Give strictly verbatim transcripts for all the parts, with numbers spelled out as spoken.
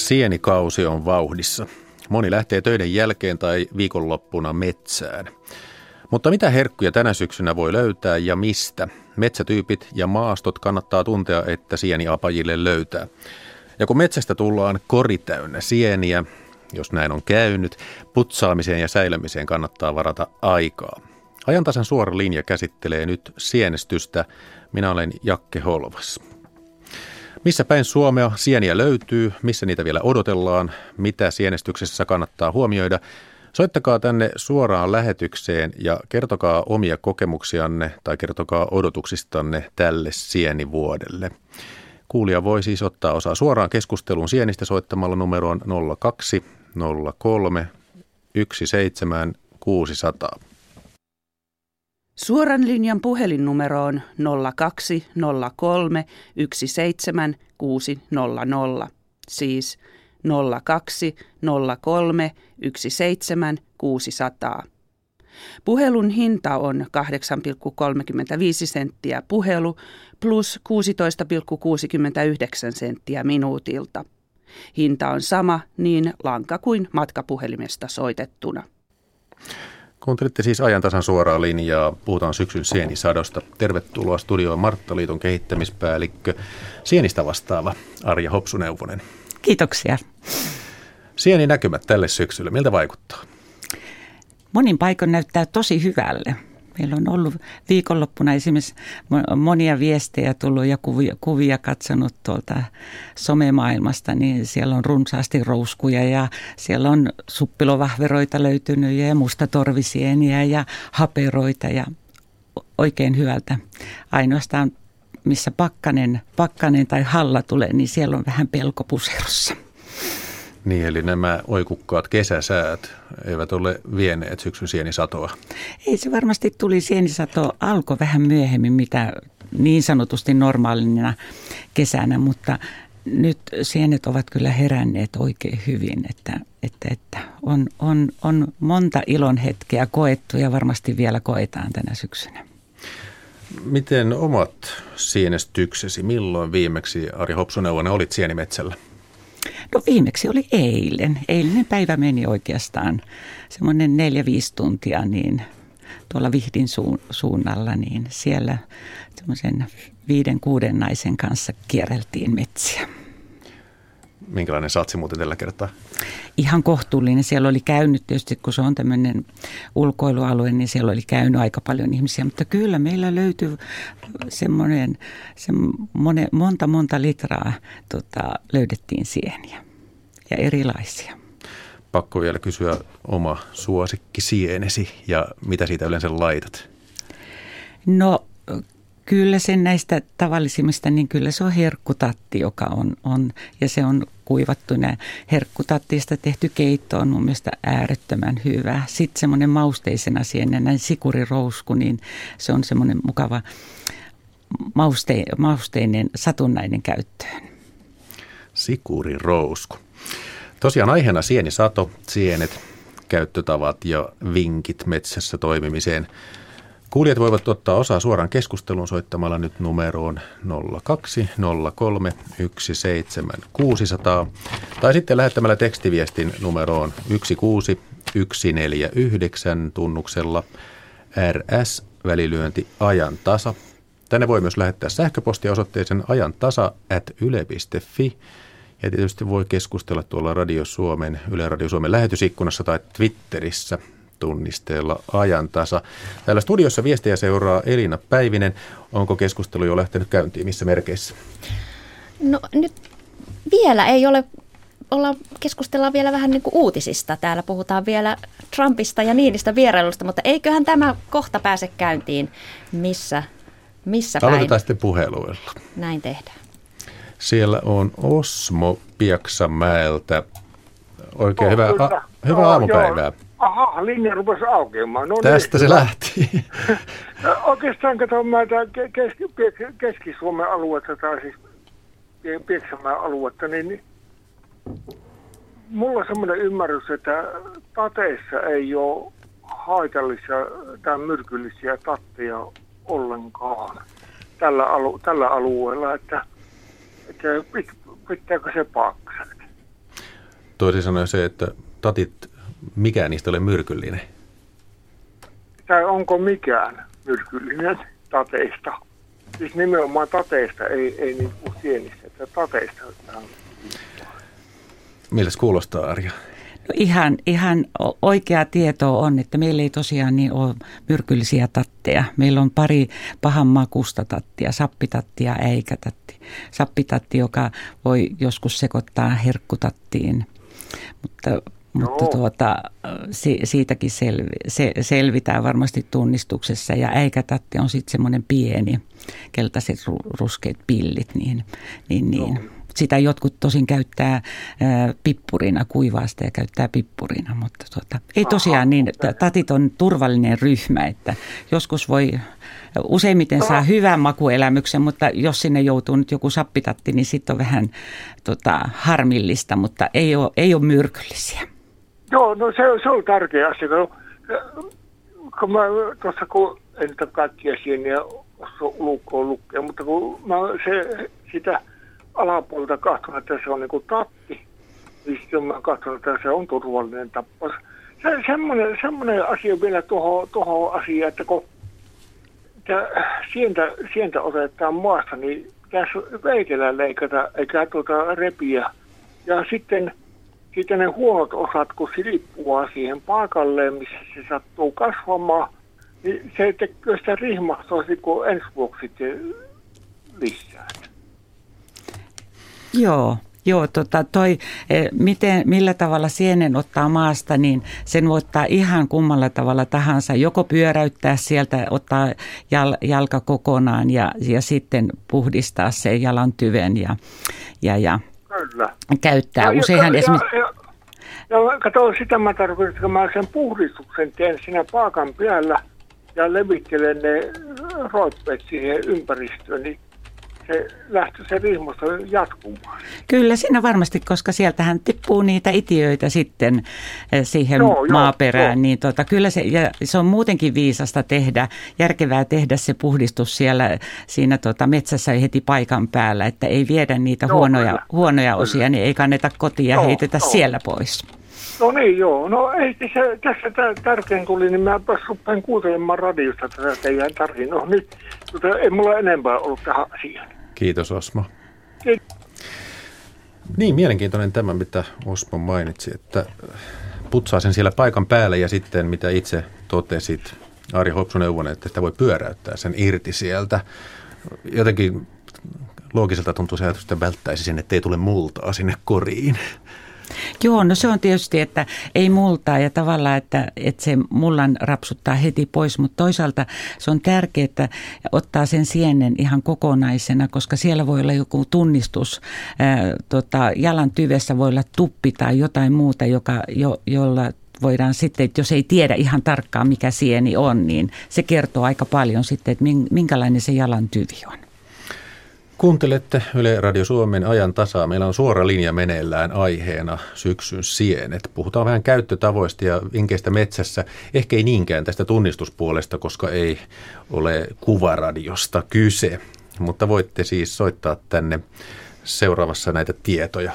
Sienikausi on vauhdissa. Moni lähtee töiden jälkeen tai viikonloppuna metsään. Mutta mitä herkkuja tänä syksynä voi löytää ja mistä? Metsätyypit ja maastot kannattaa tuntea, että sieniapajille löytää. Ja kun metsästä tullaan kori täynnä sieniä, jos näin on käynyt, putsaamiseen ja säilymiseen kannattaa varata aikaa. Ajantasan suora linja käsittelee nyt sienestystä. Minä olen Jakke Holvas. Missä päin Suomea sieniä löytyy, missä niitä vielä odotellaan, mitä sienestyksessä kannattaa huomioida? Soittakaa tänne suoraan lähetykseen ja kertokaa omia kokemuksianne tai kertokaa odotuksistanne tälle sienivuodelle. Kuulija voi siis ottaa osaa suoraan keskusteluun sienistä soittamalla numeroon nolla kaksi nolla kolme yksi seitsemän kuusi nolla nolla. Suoran linjan puhelinnumero on nolla kaksi nolla kolme yksi seitsemän kuusi nolla nolla, siis nolla kaksi nolla kolme yksi seitsemän kuusi nolla nolla. Puhelun hinta on kahdeksan pilkku kolmekymmentäviisi senttiä puhelu plus kuusitoista pilkku kuusikymmentäyhdeksän senttiä minuutilta. Hinta on sama niin lanka kuin matkapuhelimesta soitettuna. Kuuntelitte siis Ajantasan suoraa linjaa. Puhutaan syksyn sienisadosta. Tervetuloa studioon Marttaliiton kehittämispäällikkö, sienistä vastaava Arja Hopsu-Neuvonen. Kiitoksia. Sieninäkymät tälle syksylle. Miltä vaikuttaa? Monin paikoin näyttää tosi hyvälle. Meillä on ollut viikonloppuna esimerkiksi monia viestejä tullut ja kuvia, kuvia katsonut tuolta somemaailmasta, niin siellä on runsaasti rouskuja ja siellä on suppilovahveroita löytynyt ja mustatorvisieniä ja haperoita ja oikein hyvältä. Ainoastaan missä pakkanen, pakkanen tai halla tulee, niin siellä on vähän pelkopuserossa. Niin, eli nämä oikukkaat kesäsäät eivät ole vieneet syksyn sienisatoa. Ei, se varmasti tuli sienisato alkoi vähän myöhemmin, mitä niin sanotusti normaalina kesänä, mutta nyt sienet ovat kyllä heränneet oikein hyvin, että, että, että on, on, on monta ilon hetkeä koettu ja varmasti vielä koetaan tänä syksynä. Miten omat sienestyksesi, milloin viimeksi Arja Hopsu-Neuvonen olit sienimetsällä? No viimeksi oli eilen. Eilinen päivä meni oikeastaan semmoinen neljä viisi tuntia niin tuolla Vihdin suunnalla, niin siellä semmoisen viiden kuuden naisen kanssa kierreltiin metsiä. Minkälainen satsi muuten tällä kertaa? Ihan kohtuullinen. Siellä oli käynyt tietysti, kun se on tämmöinen ulkoilualue, niin siellä oli käynyt aika paljon ihmisiä. Mutta kyllä meillä löytyy semmoinen, semmoinen monta monta litraa tota, löydettiin sieniä ja erilaisia. Pakko vielä kysyä oma suosikki sienesi ja mitä siitä yleensä laitat? No kyllä sen näistä tavallisimmista, niin kyllä se on herkkutatti, joka on, on ja se on kuivattuna. Herkkutattista tehty keitto on mun mielestä äärettömän hyvä. Sitten semmoinen mausteisena sienenä, sikurirousku, niin se on semmoinen mukava mauste, mausteinen satunnainen käyttöön. Sikurirousku. Tosiaan aiheena sienisato, sienet, käyttötavat ja vinkit metsässä toimimiseen. Kuulijat voivat ottaa osaa suoraan keskusteluun soittamalla nyt numeroon nolla kaksi nolla kolme yksi seitsemän kuusi nolla nolla tai sitten lähettämällä tekstiviestin numeroon yksi kuusi yksi neljä yhdeksän tunnuksella R S välilyönti ajantasa. Tänne voi myös lähettää sähköpostia osoitteeseen ajantasa at yle piste fi ja tietysti voi keskustella tuolla Radio Suomen, Yle Radio Suomen lähetysikkunassa tai Twitterissä tunnisteella ajantasa. Täällä studiossa viestejä seuraa Elina Päivinen. Onko keskustelu jo lähtenyt käyntiin? Missä merkeissä? No nyt vielä ei ole, olla, keskustellaan vielä vähän niin kuin uutisista. Täällä puhutaan vielä Trumpista ja Niinistön vierailusta, mutta eiköhän tämä kohta pääse käyntiin. Missä, missä päin? Aloitetaan sitten puheluilla. Näin tehdään. Siellä on Osmo Pieksämäeltä. Oikein oh, hyvää, a, hyvää oh, aamupäivää. Joo. Aha, linja rupesi aukeamaan. No Tästä niin, se lähti. Oikeastaan katson mä keski, Keski-Suomen aluetta tai siis Pieksämäen aluetta, niin, niin mulla on semmoinen ymmärrys, että tateissa ei ole haitallisia tai myrkyllisiä tatteja ollenkaan tällä, alu, tällä alueella, että, että pitääkö se paikkansa? Toisin sanoen se, että tatit, mikään niistä ole myrkyllinen. Tai onko mikään myrkyllinen tateista? Siis nimenomaan tateista, ei, ei niin kuin sienistä, että tateista. Miltäs kuulostaa, Arja? No ihan, ihan oikea tieto on, että meillä ei tosiaan niin ole myrkyllisiä tatteja. Meillä on pari pahan makusta tattia, sappitattia ja äikätatti. Sappitatti, joka voi joskus sekoittaa herkkutattiin, mutta, mutta tuota, si, siitäkin selvi, se, selvitään varmasti tunnistuksessa. Ja äikätatti on sitten semmoinen pieni, keltaiset ruskeat pillit, niin, niin, niin. Sitä jotkut tosin käyttää ä, pippurina, kuivaa sitä ja käyttää pippurina, mutta tuota, ei tosiaan niin, että tatit on turvallinen ryhmä, että joskus voi, useimmiten saa hyvän makuelämyksen, mutta jos sinne joutuu nyt joku sappitatti, niin sitten on vähän tota, harmillista, mutta ei ole, ei ole myrkyllisiä. Joo, no se, se on tärkeä asia, kun, kun mä tuossa, kun en niitä kaikkia sieniä osaa ulkoa lukea, mutta kun mä se, sitä alapuolelta katsonut, että se on niin kuin tatti, niin sitten mä katson, että se on turvallinen tapaus. Se, semmoinen, semmoinen asia vielä tuohon, tuohon asiaan, että kun sientä, sientä otetaan maasta, niin pitäisi veitellä leikata eikä tuota repiä. Ja sitten, sitten ne huonot osat, kun silippuaa siihen paikalleen, missä se sattuu kasvamaan, niin se tekee sitä rihmastoa, kun ensi vuoksi lisää. Joo, joo tota toi, miten, millä tavalla sienen ottaa maasta, niin sen voi ottaa ihan kummalla tavalla tahansa. Joko pyöräyttää sieltä, ottaa jal, jalka kokonaan ja, ja sitten puhdistaa sen jalan tyven ja, ja, ja käyttää. No, Useinhan ja, esimerkiksi... Ja, ja, ja kato, sitä mä tarkoitan, että mä sen puhdistuksen teen siinä paakan päällä ja levittelen ne roippeet siihen ympäristöön, niin se lähtee se rihmosta jatkumaan. Kyllä siinä varmasti, koska sieltähän tippuu niitä itiöitä sitten siihen joo, maaperään. joo, niin tota, kyllä se, ja se on muutenkin viisasta tehdä, järkevää tehdä se puhdistus siellä siinä tota, metsässä heti paikan päällä, että ei viedä niitä joo, huonoja, huonoja osia, niin ei kanneta kotiin ja joo, heitetä joo. siellä pois. No niin, joo. No ei se, tässä tärkein tuli, niin mä rupean kuuntelemaan radiosta tätä teidän tarinaa. Nyt tota, ei mulla enempää ollut tähän asiaan. Kiitos, Osmo. Kiitos. Niin, mielenkiintoinen tämä, mitä Osmo mainitsi, että putsaa sen siellä paikan päällä ja sitten, mitä itse totesit, Arja Hopsu-neuvonen, että sitä voi pyöräyttää sen irti sieltä. Jotenkin loogiselta tuntuu se ajatus, että välttäisi sen, että ei tule multaa sinne koriin. Joo, no se on tietysti, että ei multaa ja tavallaan, että, että se mullan rapsuttaa heti pois, mutta toisaalta se on tärkeää, että ottaa sen sienen ihan kokonaisena, koska siellä voi olla joku tunnistus, ää, tota, jalan tyvessä voi olla tuppi tai jotain muuta, joka, jo, jolla voidaan sitten, että jos ei tiedä ihan tarkkaan mikä sieni on, niin se kertoo aika paljon sitten, että minkälainen se jalan tyvi on. Kuuntelette Yle Radio Suomen ajan tasaa. Meillä on suora linja meneillään aiheena syksyn sienet. Puhutaan vähän käyttötavoista ja vinkeistä metsässä. Ehkä ei niinkään tästä tunnistuspuolesta, koska ei ole kuvaradiosta kyse. Mutta voitte siis soittaa tänne seuraavassa näitä tietoja.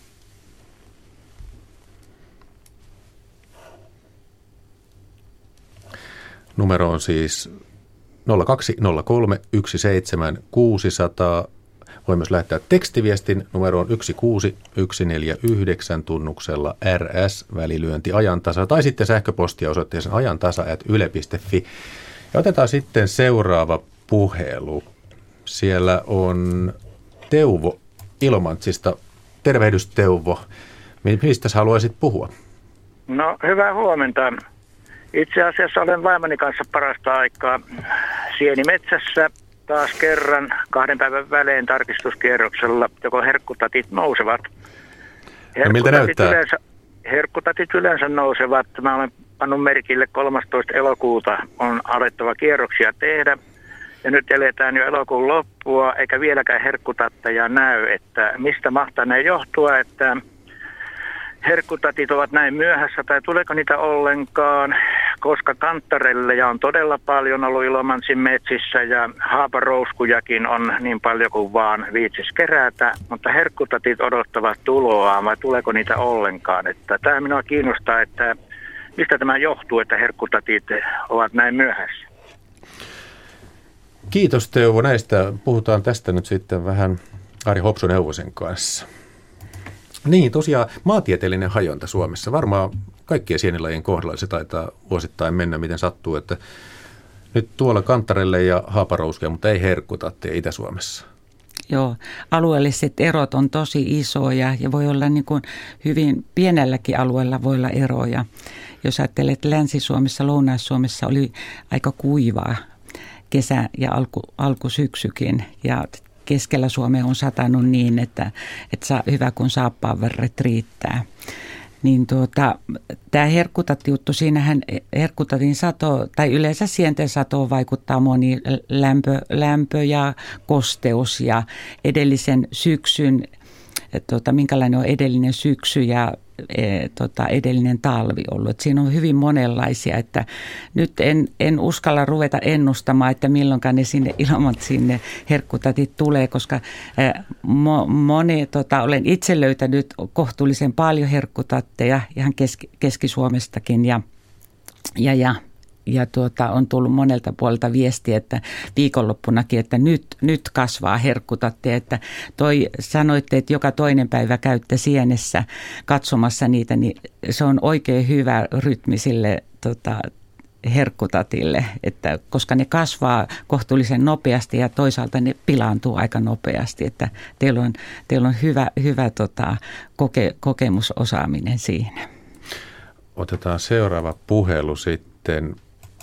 Numero on siis nolla kaksi nolla kolme yksi seitsemän kuusi nolla nolla. Voi myös lähettää tekstiviestin numeroon yksi kuusi yksi neljä yhdeksän tunnuksella R S välilyönti ajantasa tai sitten sähköpostia osoitteeseen ajantasa ät yle piste fi. Ja otetaan sitten seuraava puhelu. Siellä on Teuvo Ilomantsista. Tervehdys, Teuvo. Mistä sä haluaisit puhua? No, hyvää huomenta. Itse asiassa olen vaimoni kanssa parasta aikaa sienimetsässä taas kerran kahden päivän välein tarkistuskierroksella, joko herkkutatit nousevat. No, miltä näyttää? Yleensä, herkkutatit yleensä nousevat. Mä olen pannut merkille kolmastoista elokuuta on alettava kierroksia tehdä. Ja nyt eletään jo elokuun loppua, eikä vieläkään herkkutatteja näy, että mistä mahtaa ne johtua, että herkkutatit ovat näin myöhässä tai tuleeko niitä ollenkaan, koska kanttarelleja on todella paljon ollut Ilomantsin metsissä ja haaparouskujakin on niin paljon kuin vaan viitsis kerätä, mutta herkkutatit odottavat tuloaan vai tuleeko niitä ollenkaan? Että tämä minua kiinnostaa, että mistä tämä johtuu, että herkkutatit ovat näin myöhässä. Kiitos Teuvo näistä. Puhutaan tästä nyt sitten vähän Ari Hopsu-Neuvosen kanssa. Niin, tosiaan maantieteellinen hajonta Suomessa. Varmaan kaikkien sienilajien kohdalla se taitaa vuosittain mennä, miten sattuu, että nyt tuolla kanttarelle ja haaparouskeja, mutta ei herkkutatteja Itä-Suomessa. Joo, alueelliset erot on tosi isoja ja voi olla niin kuin hyvin pienelläkin alueella voi olla eroja. Jos ajattelet Länsi-Suomessa, Lounais-Suomessa oli aika kuivaa kesä ja alku, alkusyksykin ja keskellä Suomea on satanut niin, että, että saa, hyvä kun saappaan verret riittää. Niin tuota, tämä herkkutatti-juttu, siinähän herkkutatin sato, tai yleensä sienten satoon vaikuttaa moni lämpö, lämpö ja kosteus ja edellisen syksyn, tuota, minkälainen on edellinen syksy ja e, tota, edellinen talvi ollut. Et siinä on hyvin monenlaisia, että nyt en, en uskalla ruveta ennustamaan, että milloinkaan ne sinne Ilomantsiin ne herkkutatit tulee, koska e, mo, moni, tota, olen itse löytänyt kohtuullisen paljon herkkutatteja ihan keski, Keski-Suomestakin ja, ja, ja Ja tuota, on tullut monelta puolelta viestiä, että viikonloppunakin, että nyt, nyt kasvaa herkkutatteja. Että toi sanoitte, että joka toinen päivä käytte sienessä katsomassa niitä, niin se on oikein hyvä rytmi sille tota, herkkutatille, että, koska ne kasvaa kohtuullisen nopeasti ja toisaalta ne pilaantuu aika nopeasti. Että teillä on, teillä on hyvä, hyvä tota, koke, kokemusosaaminen siinä. Otetaan seuraava puhelu sitten.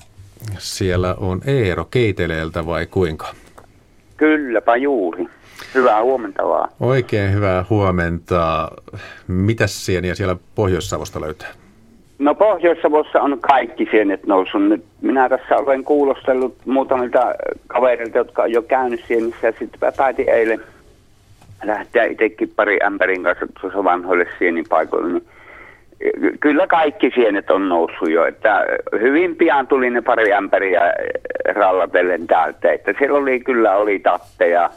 Siellä on Eero Keiteleeltä vai kuinka? Kylläpä juuri. Hyvää huomenta vaan. Oikein hyvää huomenta. Mitäs sieniä siellä Pohjois-Savosta löytää? No Pohjois-Savossa on kaikki sienet noussut nyt. Minä tässä olen kuulostellut muutamilta kavereilta, jotka on jo käynyt sienissä ja sitten päätin eilen lähteä itsekin pari ämpärin kanssa tuossa vanhoille sienipaikoille. Niin kyllä kaikki sienet on noussut jo, että hyvin pian tuli ne pari ämpäriä rallatellen täältä, että siellä oli kyllä oli tatteja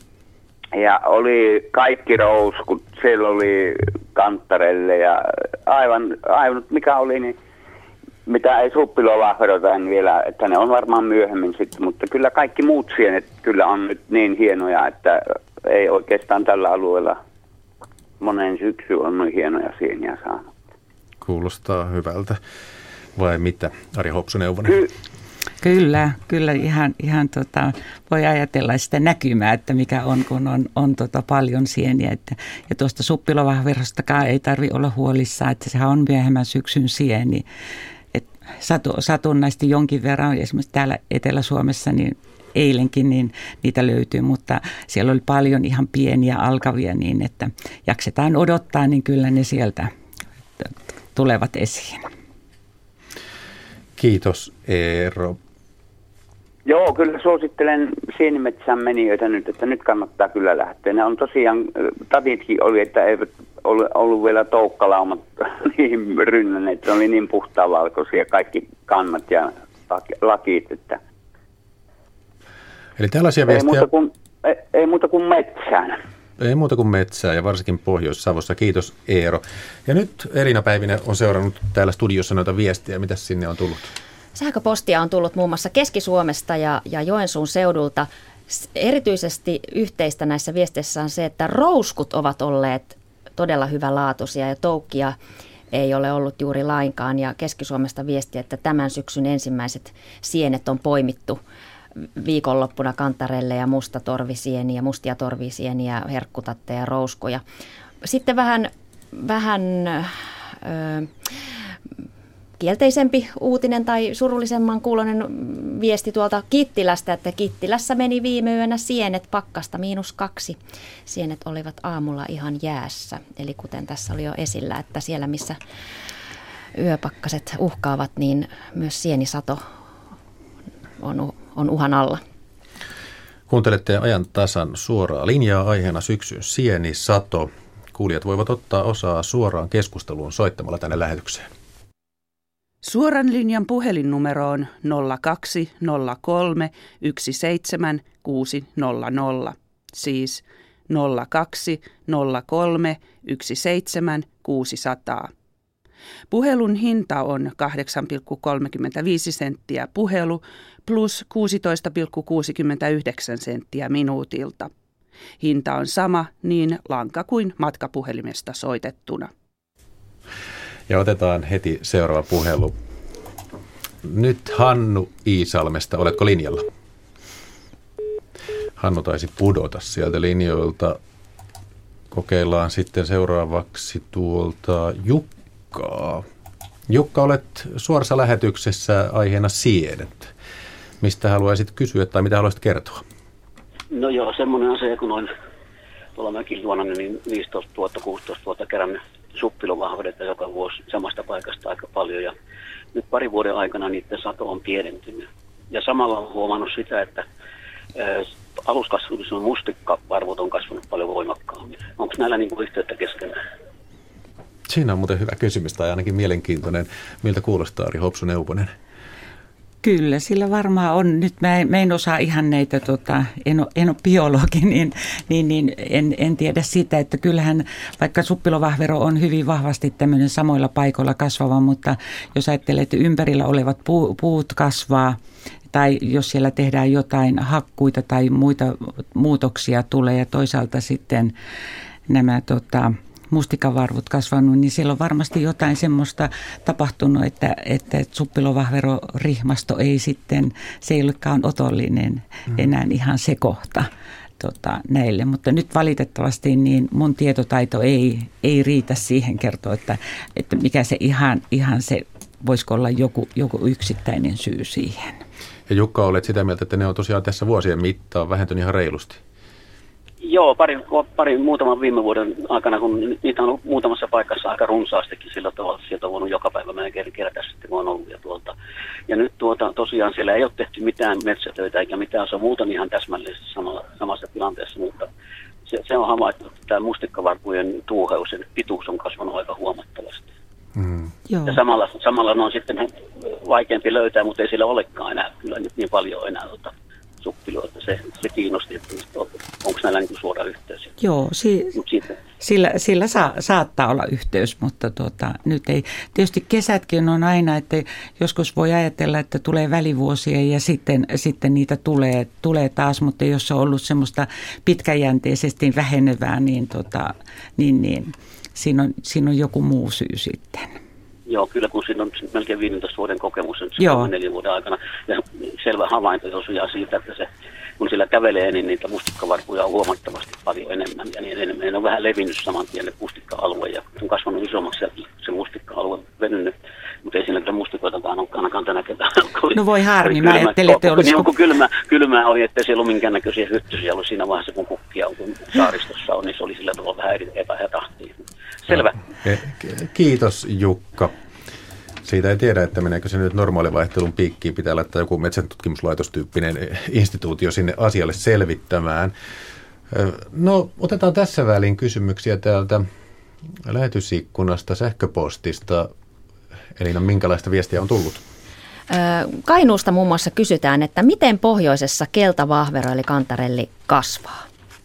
ja oli kaikki rouskut, siellä oli kanttarelle ja aivan, aivan mikä oli, niin mitä ei suppilolla verota en vielä, että ne on varmaan myöhemmin sitten, mutta kyllä kaikki muut sienet kyllä on nyt niin hienoja, että ei oikeastaan tällä alueella monen syksy on noin hienoja sieniä saanut. Kuulostaa hyvältä. Vai mitä, Ari Hopsu-Neuvonen? Ky- Kyllä, kyllä ihan, ihan tota, voi ajatella sitä näkymää, että mikä on, kun on, on tota paljon sieniä. Että, ja tuosta suppilovahverostakaan ei tarvitse olla huolissaan, että sehän on myöhemmän syksyn sieni. Et satu, satunnaisesti jonkin verran, esimerkiksi täällä Etelä-Suomessa, niin eilenkin niin niitä löytyy, mutta siellä oli paljon ihan pieniä alkavia niin, että jaksetaan odottaa, niin kyllä ne sieltä tulevat esiin. Kiitos Eero. Joo, kyllä suosittelen sienimetsään menijöitä nyt, että nyt kannattaa kyllä lähteä. Ne on tosiaan, tatitkin oli, että eivät ollut, ollut vielä toukkalaumat niin rynnänneet, ne oli niin puhtaavalkoisia kaikki kannat ja lakit, että eli tällaisia ei viestejä... Muuta kuin, ei, ei muuta kuin metsään. Ei muuta kuin metsää ja varsinkin Pohjois-Savossa. Kiitos Eero. Ja nyt Elina Päivinen on seurannut täällä studiossa noita viestiä. Mitäs sinne on tullut? Sähköpostia on tullut muun muassa Keski-Suomesta ja, ja Joensuun seudulta. Erityisesti yhteistä näissä viesteissä on se, että rouskut ovat olleet todella hyvälaatuisia ja toukkia ei ole ollut juuri lainkaan. Ja Keski-Suomesta viesti, että tämän syksyn ensimmäiset sienet on poimittu viikonloppuna kantarelle ja mustatorvisieniä, mustia torvisieniä, herkkutatteja ja rouskuja. Sitten vähän, vähän ö, kielteisempi uutinen tai surullisemman kuulonen viesti tuolta Kittilästä, että Kittilässä meni viime yönä sienet pakkasta miinus kaksi. Sienet olivat aamulla ihan jäässä. Eli kuten tässä oli jo esillä, että siellä missä yöpakkaset uhkaavat, niin myös sienisato on on uhan alla. Kuuntelette ajan tasan suoraa linjaa aiheena syksyn sienisato. Kuulijat voivat ottaa osaa suoraan keskusteluun soittamalla tänne lähetykseen. Suoran linjan puhelinnumero on nolla kaksi nolla kolme yksi seitsemän kuusi nolla nolla, siis nolla kaksi nolla kolme yksi seitsemän kuusi nolla nolla. Puhelun hinta on kahdeksan pilkku kolmekymmentäviisi senttiä puhelu plus kuusitoista pilkku kuusikymmentäyhdeksän senttiä minuutilta. Hinta on sama niin lanka kuin matkapuhelimesta soitettuna. Ja otetaan heti seuraava puhelu. Nyt Hannu Iisalmesta, oletko linjalla? Hannu taisi pudota sieltä linjoilta. Kokeillaan sitten seuraavaksi tuolta Jukkaa. Jukka, olet suorassa lähetyksessä aiheena sienet. Mistä haluaisit kysyä tai mitä haluaisit kertoa? No joo, semmoinen asia, kun noin tuolla mökin luona niin viisitoista vuotta, kuusitoista vuotta kerännyt suppilovahvedetta joka vuosi samasta paikasta aika paljon. Ja nyt parin vuoden aikana niiden sato on pienentynyt. Ja samalla olen huomannut sitä, että aluskasvatuksen mustikkavarvot on kasvanut paljon voimakkaammin. Onko näillä niin kuin yhteyttä keskenään? Siinä on muuten hyvä kysymys tai ainakin mielenkiintoinen. Miltä kuulostaa, Ari Hopsu-Neuvonen? Kyllä, sillä varmaan on. Nyt mä en, mä en osaa ihan näitä, tota, en, ole, en ole biologi, niin, niin, niin en, en tiedä sitä, että kyllähän vaikka suppilovahvero on hyvin vahvasti tämmöinen samoilla paikoilla kasvava, mutta jos ajattelee, että ympärillä olevat puu, puut kasvaa, tai jos siellä tehdään jotain hakkuita tai muita muutoksia tulee ja toisaalta sitten nämä tota, mustikavarvut kasvanut, niin siellä on varmasti jotain semmoista tapahtunut, että, että suppilovahverorihmasto ei sitten, se ei olekaan otollinen enää ihan se kohta tota, näille. Mutta nyt valitettavasti niin mun tietotaito ei, ei riitä siihen kertoa, että, että mikä se ihan, ihan se, voisiko olla joku, joku yksittäinen syy siihen. Ja Jukka, olet sitä mieltä, että ne on tosiaan tässä vuosien mittaan vähentynyt ihan reilusti? Joo, pari, pari muutaman viime vuoden aikana, kun niitä on ollut muutamassa paikassa aika runsaastikin sillä tavalla, että sieltä on voinut joka päivä melkein kerätä sitten, kun on ollut ja tuolta. Ja nyt tuota, tosiaan siellä ei ole tehty mitään metsätöitä eikä mitään, se on muuten ihan täsmällisesti samalla, samassa tilanteessa, mutta se, se on havaittu, että tämä mustikkavarpujen tuuheus, sen pituus on kasvanut aika huomattavasti. Mm. Ja samalla, samalla ne on sitten vaikeampi löytää, mutta ei sillä olekaan enää kyllä nyt niin paljon enää tuota suppiloita. Se, se kiinnosti, että onko näillä niin kuin suora yhteys. Joo, si- sillä, sillä saa, saattaa olla yhteys, mutta tuota, nyt ei. Tietysti kesätkin on aina, että joskus voi ajatella, että tulee välivuosia ja sitten, sitten niitä tulee, tulee taas, mutta jos on ollut semmoista pitkäjänteisesti vähenevää, niin, tota, niin, niin siinä, on, siinä on joku muu syy sitten. Joo, kyllä kun siinä on melkein viisitoista vuoden kokemus neljän vuoden aikana. Ja selvä havainto tosiaan siitä, että se, kun sillä kävelee, niin niitä mustikkavarpuja on huomattavasti paljon enemmän. Ja niin enemmän. Ne on vähän levinnyt saman tien ne mustikka-alue ja on kasvanut isommaksi ja se mustikka-alue venynyt. Mutta ei siinä kyllä mustikoitakaan ole ainakaan tänä keväänä. No voi harmi, mä ajattelin, että olisiko... Niin kun kylmää, kylmää oli, ettei siellä ollut minkäännäköisiä hyttysiä ollut siinä vaiheessa, kun kukkia on, kun saaristossa on, niin se oli sillä tavalla vähän epähätahtia. Selvä. Kiitos Jukka. Siitä ei tiedä, että meneekö se nyt normaalivaihtelun piikkiin. Pitää laittaa joku metsäntutkimuslaitostyyppinen instituutio sinne asialle selvittämään. No, otetaan tässä väliin kysymyksiä täältä lähetysikkunasta, sähköpostista. Elina, minkälaista viestiä on tullut? Kainuusta muun muassa kysytään, että miten pohjoisessa keltavahvero eli kantarelli kasvaa?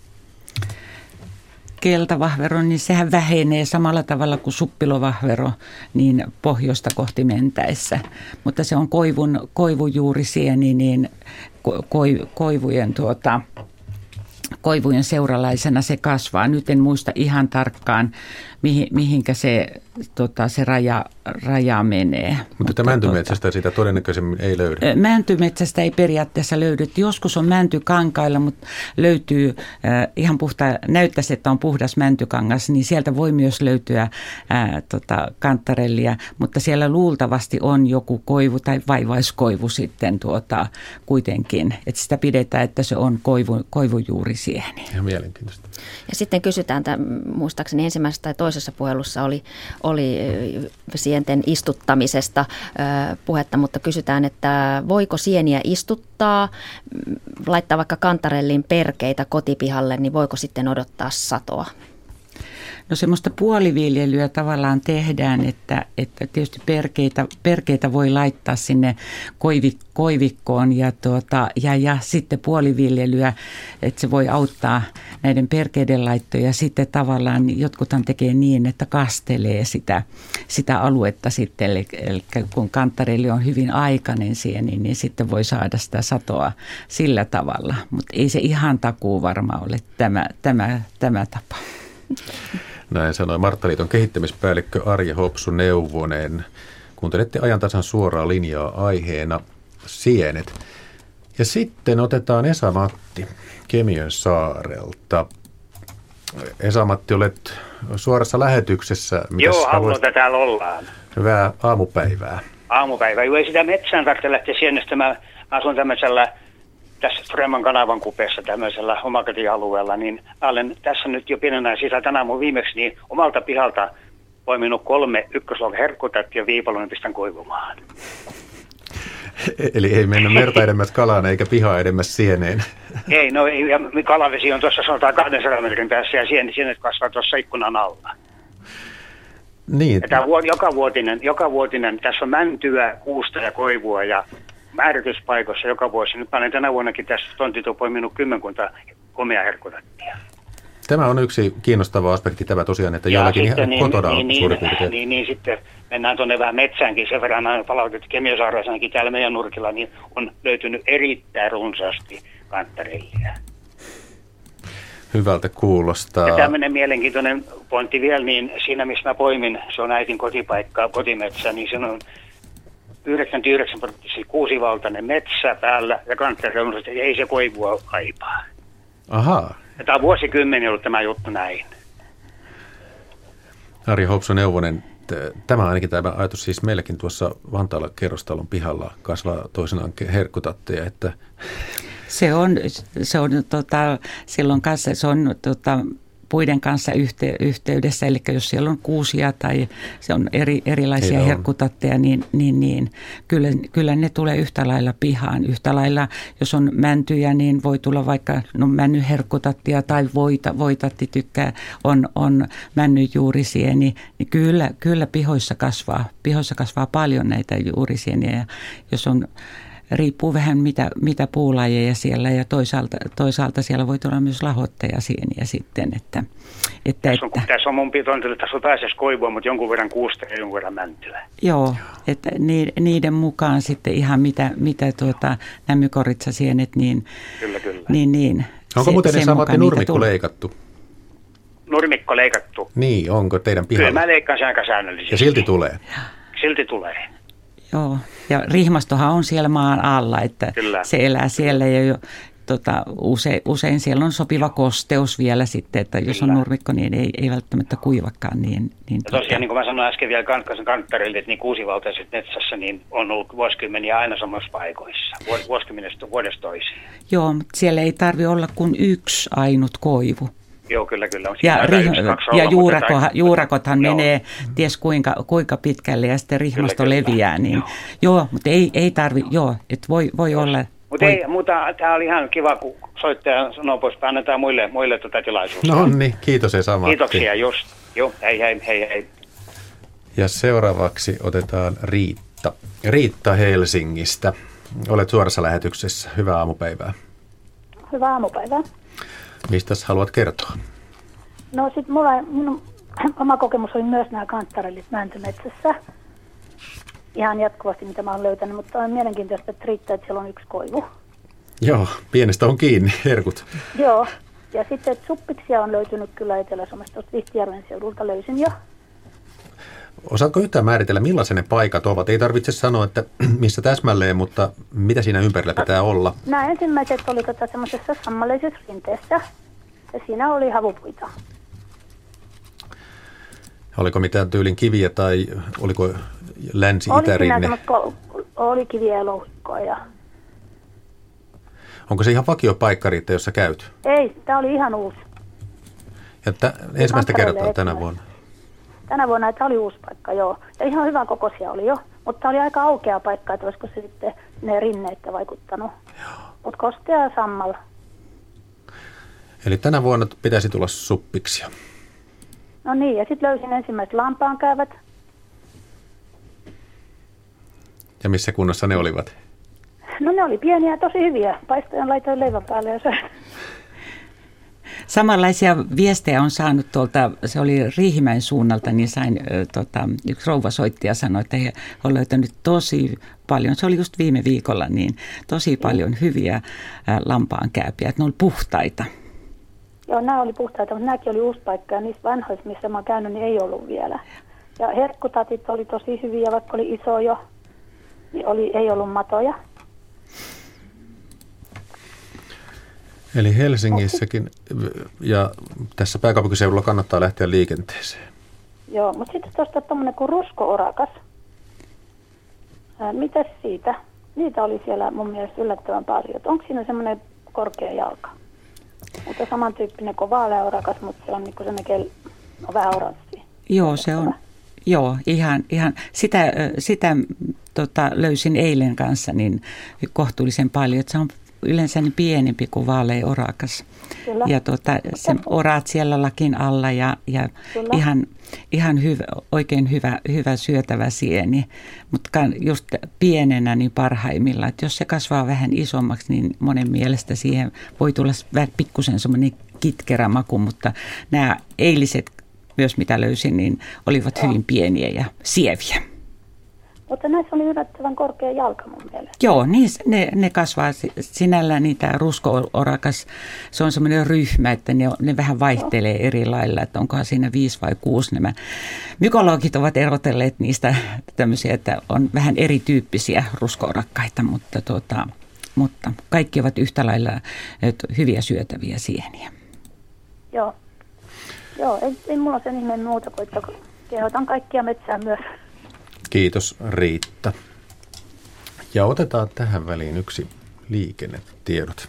Keltavahvero, niin sehän vähenee samalla tavalla kuin suppilovahvero niin pohjoista kohti mentäessä. Mutta se on koivun, koivujuurisieni, niin ko, koivujen, tuota, koivujen seuralaisena se kasvaa. Nyt en muista ihan tarkkaan, mihin, mihinkä se, tota, se raja, raja menee. Mutta, Mutta mäntymetsästä tuota, sitä todennäköisemmin ei löydy. Mäntymetsästä ei periaatteessa löydy. Joskus on mäntykankailla, mutta löytyy äh, ihan puhtaa, näyttäisi, että on puhdas mäntykangas, niin sieltä voi myös löytyä äh, tota, kantarellia, mutta siellä luultavasti on joku koivu tai vaivaiskoivu sitten tuota, kuitenkin. Että sitä pidetään, että se on koivu, koivujuurisieni. Ihan mielenkiintoista. Ja sitten kysytään, että muistaakseni ensimmäisessä tai toisessa puhelussa oli, oli sienten istuttamisesta puhetta, mutta kysytään, että voiko sieniä istuttaa, laittaa vaikka kantarellin perkeitä kotipihalle, niin voiko sitten odottaa satoa? No semmoista puoliviljelyä tavallaan tehdään, että, että tietysti perkeitä, perkeitä voi laittaa sinne koivik, koivikkoon ja, tuota, ja, ja sitten puoliviljelyä, että se voi auttaa näiden perkeiden laittoja. Sitten tavallaan jotkuthan tekee niin, että kastelee sitä, sitä aluetta sitten, eli, eli kun kantarelli on hyvin aikainen sieni, niin sitten voi saada sitä satoa sillä tavalla, mutta ei se ihan takuu varma ole tämä, tämä, tämä tapa. Näin sanoi Marttaliiton kehittämispäällikkö Arja Hopsu-Neuvonen. Kuuntelette ajantasan suoraa linjaa aiheena sienet. Ja sitten otetaan Esa-Matti Kemiön saarelta. Esa-Matti, olet suorassa lähetyksessä. Mitäs Joo, haluan, täällä ollaan. Hyvää aamupäivää. Aamupäivää. Joo, ei sitä metsään tarvitse lähteä sienestämään. Mä asun tämmöisellä tässä Freman kanavan kupeessa tämmöisellä omakotialueella, niin olen tässä nyt jo pienenä sisällä tänään mun viimeksi niin omalta pihalta poiminut kolme ykkösluokan herkkutattia ja viipaloinen pistän koivumaan. Eli ei mennä merta edemmäs kalaan eikä pihaa edemmäs sieneen. Ei, no ei, ja kalavesi on tuossa sanotaan kahdensadan metrin päässä ja sienet, sienet kasvaa tuossa ikkunan alla. Niin. Ja tämä joka vuotinen, joka vuotinen, tässä on mäntyä, kuusta ja koivua ja määrityspaikoissa joka vuosi. Nyt olen tänä vuonnakin tässä tontito poiminut kymmenkunta komea herkkutattia. Tämä on yksi kiinnostava aspekti tämä tosiaan, että jollakin ihan niin, kotona on niin, suurin piirtein. Niin, niin, niin, sitten mennään tuonne vähän metsäänkin. Sen verran aina palautettu Kemiönsaaressakin täällä meidän nurkilla, niin on löytynyt erittäin runsaasti kantarellia. Hyvältä kuulostaa. Ja tämmöinen mielenkiintoinen pointti vielä, niin siinä missä mä poimin, se on äitin kotipaikka, kotimetsä, niin se on yhdeksänkymmentäyhdeksän prosenttisesti kuusivaltainen metsä päällä ja kantarellia, ei se koivua kaipaa. Ahaa. Ja tämä on vuosikymmeni ollut tämä juttu näin. Arja Hopsu-Neuvonen, tämä on ainakin tämä ajatus siis meilläkin tuossa Vantaalla kerrostalon pihalla kasvaa toisenaan herkkutatteja, että se on, se on tota, silloin kanssa, se on tota, puiden kanssa yhte, yhteydessä, eli jos siellä on kuusia tai se on eri, erilaisia herkkutatteja, niin, niin, niin kyllä, kyllä ne tulee yhtä lailla pihaan. Yhtä lailla, jos on mäntyjä, niin voi tulla vaikka no, männyherkkutattia tai voita, voitatti tykkää, on, on männyjuurisieni, niin kyllä, kyllä pihoissa kasvaa, pihoissa kasvaa paljon näitä juurisieniä, ja jos on riippuu vähän mitä, mitä puulajeja siellä ja toisaalta, toisaalta siellä voi tulla myös lahottajasieniä sitten. Että, että, tässä, on, että, tässä on mun pitontille, että tässä on pääsessä koivua, mutta jonkun verran kuusta ja jonkun verran mäntyä. Joo, että niiden mukaan sitten ihan mitä, mitä tuota, nämykoritsasienet, niin, kyllä, kyllä. niin, niin onko se, muuten ne Esa-Matti nurmikko leikattu? Nurmikko leikattu. Niin, onko teidän pihalla? Kyllä mä leikkaan sen aika säännöllisesti. Ja silti tulee? Silti tulee. Joo, ja rihmastohan on siellä maan alla, että Kyllä. se elää siellä ja jo, tota, usein, usein siellä on sopiva kosteus vielä sitten, että jos Kyllä. on nurmikko, niin ei, ei välttämättä kuivakaan. Niin, niin ja tosiaan, niin kuin mä sanoin äsken vielä kanttarille, että niin kuusivaltaiset metsässä niin on ollut vuosikymmeniä aina samassa paikoissa, vuosikymmenestä vuodesta toiseen. Joo, mutta siellä ei tarvitse olla kuin yksi ainut koivu. Joo, kyllä, kyllä. On ja rih- ja juurakohan, juurakothan joo. menee ties kuinka, kuinka pitkälle ja sitten rihmasto kyllä, leviää. Niin, joo. joo, mutta ei, ei tarvitse, joo, että voi, voi olla. Mutta ei, mutta tämä oli ihan kiva, kun soittaja sanoo poispäin, annetaan muille, muille tuota tilaisuutta. No niin, kiitos Esa-Matti. Kiitoksia, just. Joo, hei, hei, hei, hei. Ja seuraavaksi otetaan Riitta. Riitta Helsingistä. Olet suorassa lähetyksessä. Hyvää aamupäivää. Hyvää aamupäivää. Mistäs haluat kertoa? No sit mulla, minun oma kokemus oli myös nämä kantarellit mäntymetsässä. Ihan jatkuvasti, mitä mä oon löytänyt, mutta on mielenkiintoista, että riittää, että siellä on yksi koivu. Joo, pienestä on kiinni, herkut. Joo, ja sitten että suppiksia on löytynyt kyllä Etelä-Suomesta, tuosta Vihtijärven seudulta löysin jo. Osaatko yhtään määritellä, millaisia ne paikat ovat? Ei tarvitse sanoa, että missä täsmälleen, mutta mitä siinä ympärillä pitää olla? Nämä ensimmäiset oli tota semmoisessa sammaleisessa rinteessä, ja siinä oli havupuita. Oliko mitään tyylin kiviä tai oliko länsi-itärinne? Oli, oli kiviä ja louhikkoa. Ja... Onko se ihan vakiopaikka, Riitta, jossa käyt? Ei, tämä oli ihan uusi. Ja t- ensimmäistä kertaa tänä vuonna? Tänä vuonna tämä oli uusi paikka, joo. Ja ihan hyvän kokoisia oli jo, mutta oli aika aukea paikka, että olisiko se sitten ne rinneet vaikuttanut. Mutta kostea ja sammalla. Eli tänä vuonna pitäisi tulla suppiksia. No niin, ja sitten löysin ensimmäiset lampaankäyvät. Ja missä kunnossa ne olivat? No ne oli pieniä ja tosi hyviä. Paistajan laitoin leivän päälle ja söin. Samanlaisia viestejä on saanut tuolta, se oli Riihimäen suunnalta, niin sain, tota, yksi rouva soitti ja sanoi, että he on löytänyt tosi paljon, se oli just viime viikolla, niin tosi paljon hyviä ää, lampaankääpiä, että ne oli puhtaita. Joo, nämä oli puhtaita, mutta nämäkin oli uusi paikka ja niissä vanhoissa, missä mä oon käynyt, niin ei ollut vielä. Ja herkkutatit oli tosi hyviä, vaikka oli iso jo, niin oli, ei ollut matoja. Eli Helsingissäkin ja tässä pääkaupunkiseudulla kannattaa lähteä liikenteeseen. Joo, mutta sitten tuosta tuommoinen kuin rusko-orakas. Ää, mitäs siitä? Niitä oli siellä mun mielestä yllättävän paljon. Onko siinä semmoinen korkea jalka? Mutta samantyyppinen kuin vaalea-orakas, mutta se on niin kuin semmoinen, on vähän oranssi. Joo, se on. Joo, ihan, ihan sitä, sitä tota, löysin eilen kanssa niin kohtuullisen paljon, että se on yleensä niin pienempi kuin vaalea orakas. Kyllä. Ja tuota, se oraat siellä lakin alla ja, ja ihan, ihan hyvä, oikein hyvä, hyvä syötävä sieni, mutta just pienenä niin parhaimmillaan. Että jos se kasvaa vähän isommaksi, niin monen mielestä siihen voi tulla vähän pikkusen semmoinen kitkerä maku, mutta nämä eiliset myös mitä löysin, niin olivat hyvin pieniä ja sieviä. Mutta näissä oli yllättävän korkea jalka mun mielestä. Joo, niin, ne, ne kasvaa sinällään, niitä rusko-orakas, se on semmoinen ryhmä, että ne, ne vähän vaihtelee Joo. eri lailla, että onkohan siinä viisi vai kuusi nämä. Mykologit ovat erotelleet niistä tämmöisiä, että on vähän erityyppisiä rusko-orakkaita, mutta, tuota, mutta kaikki ovat yhtä lailla hyviä syötäviä sieniä. Joo, Joo ei, ei mulla sen ihmeen muuta kuin, että kehotan kaikkia metsää myös. Kiitos Riitta. Ja otetaan tähän väliin yksi liikennetiedot.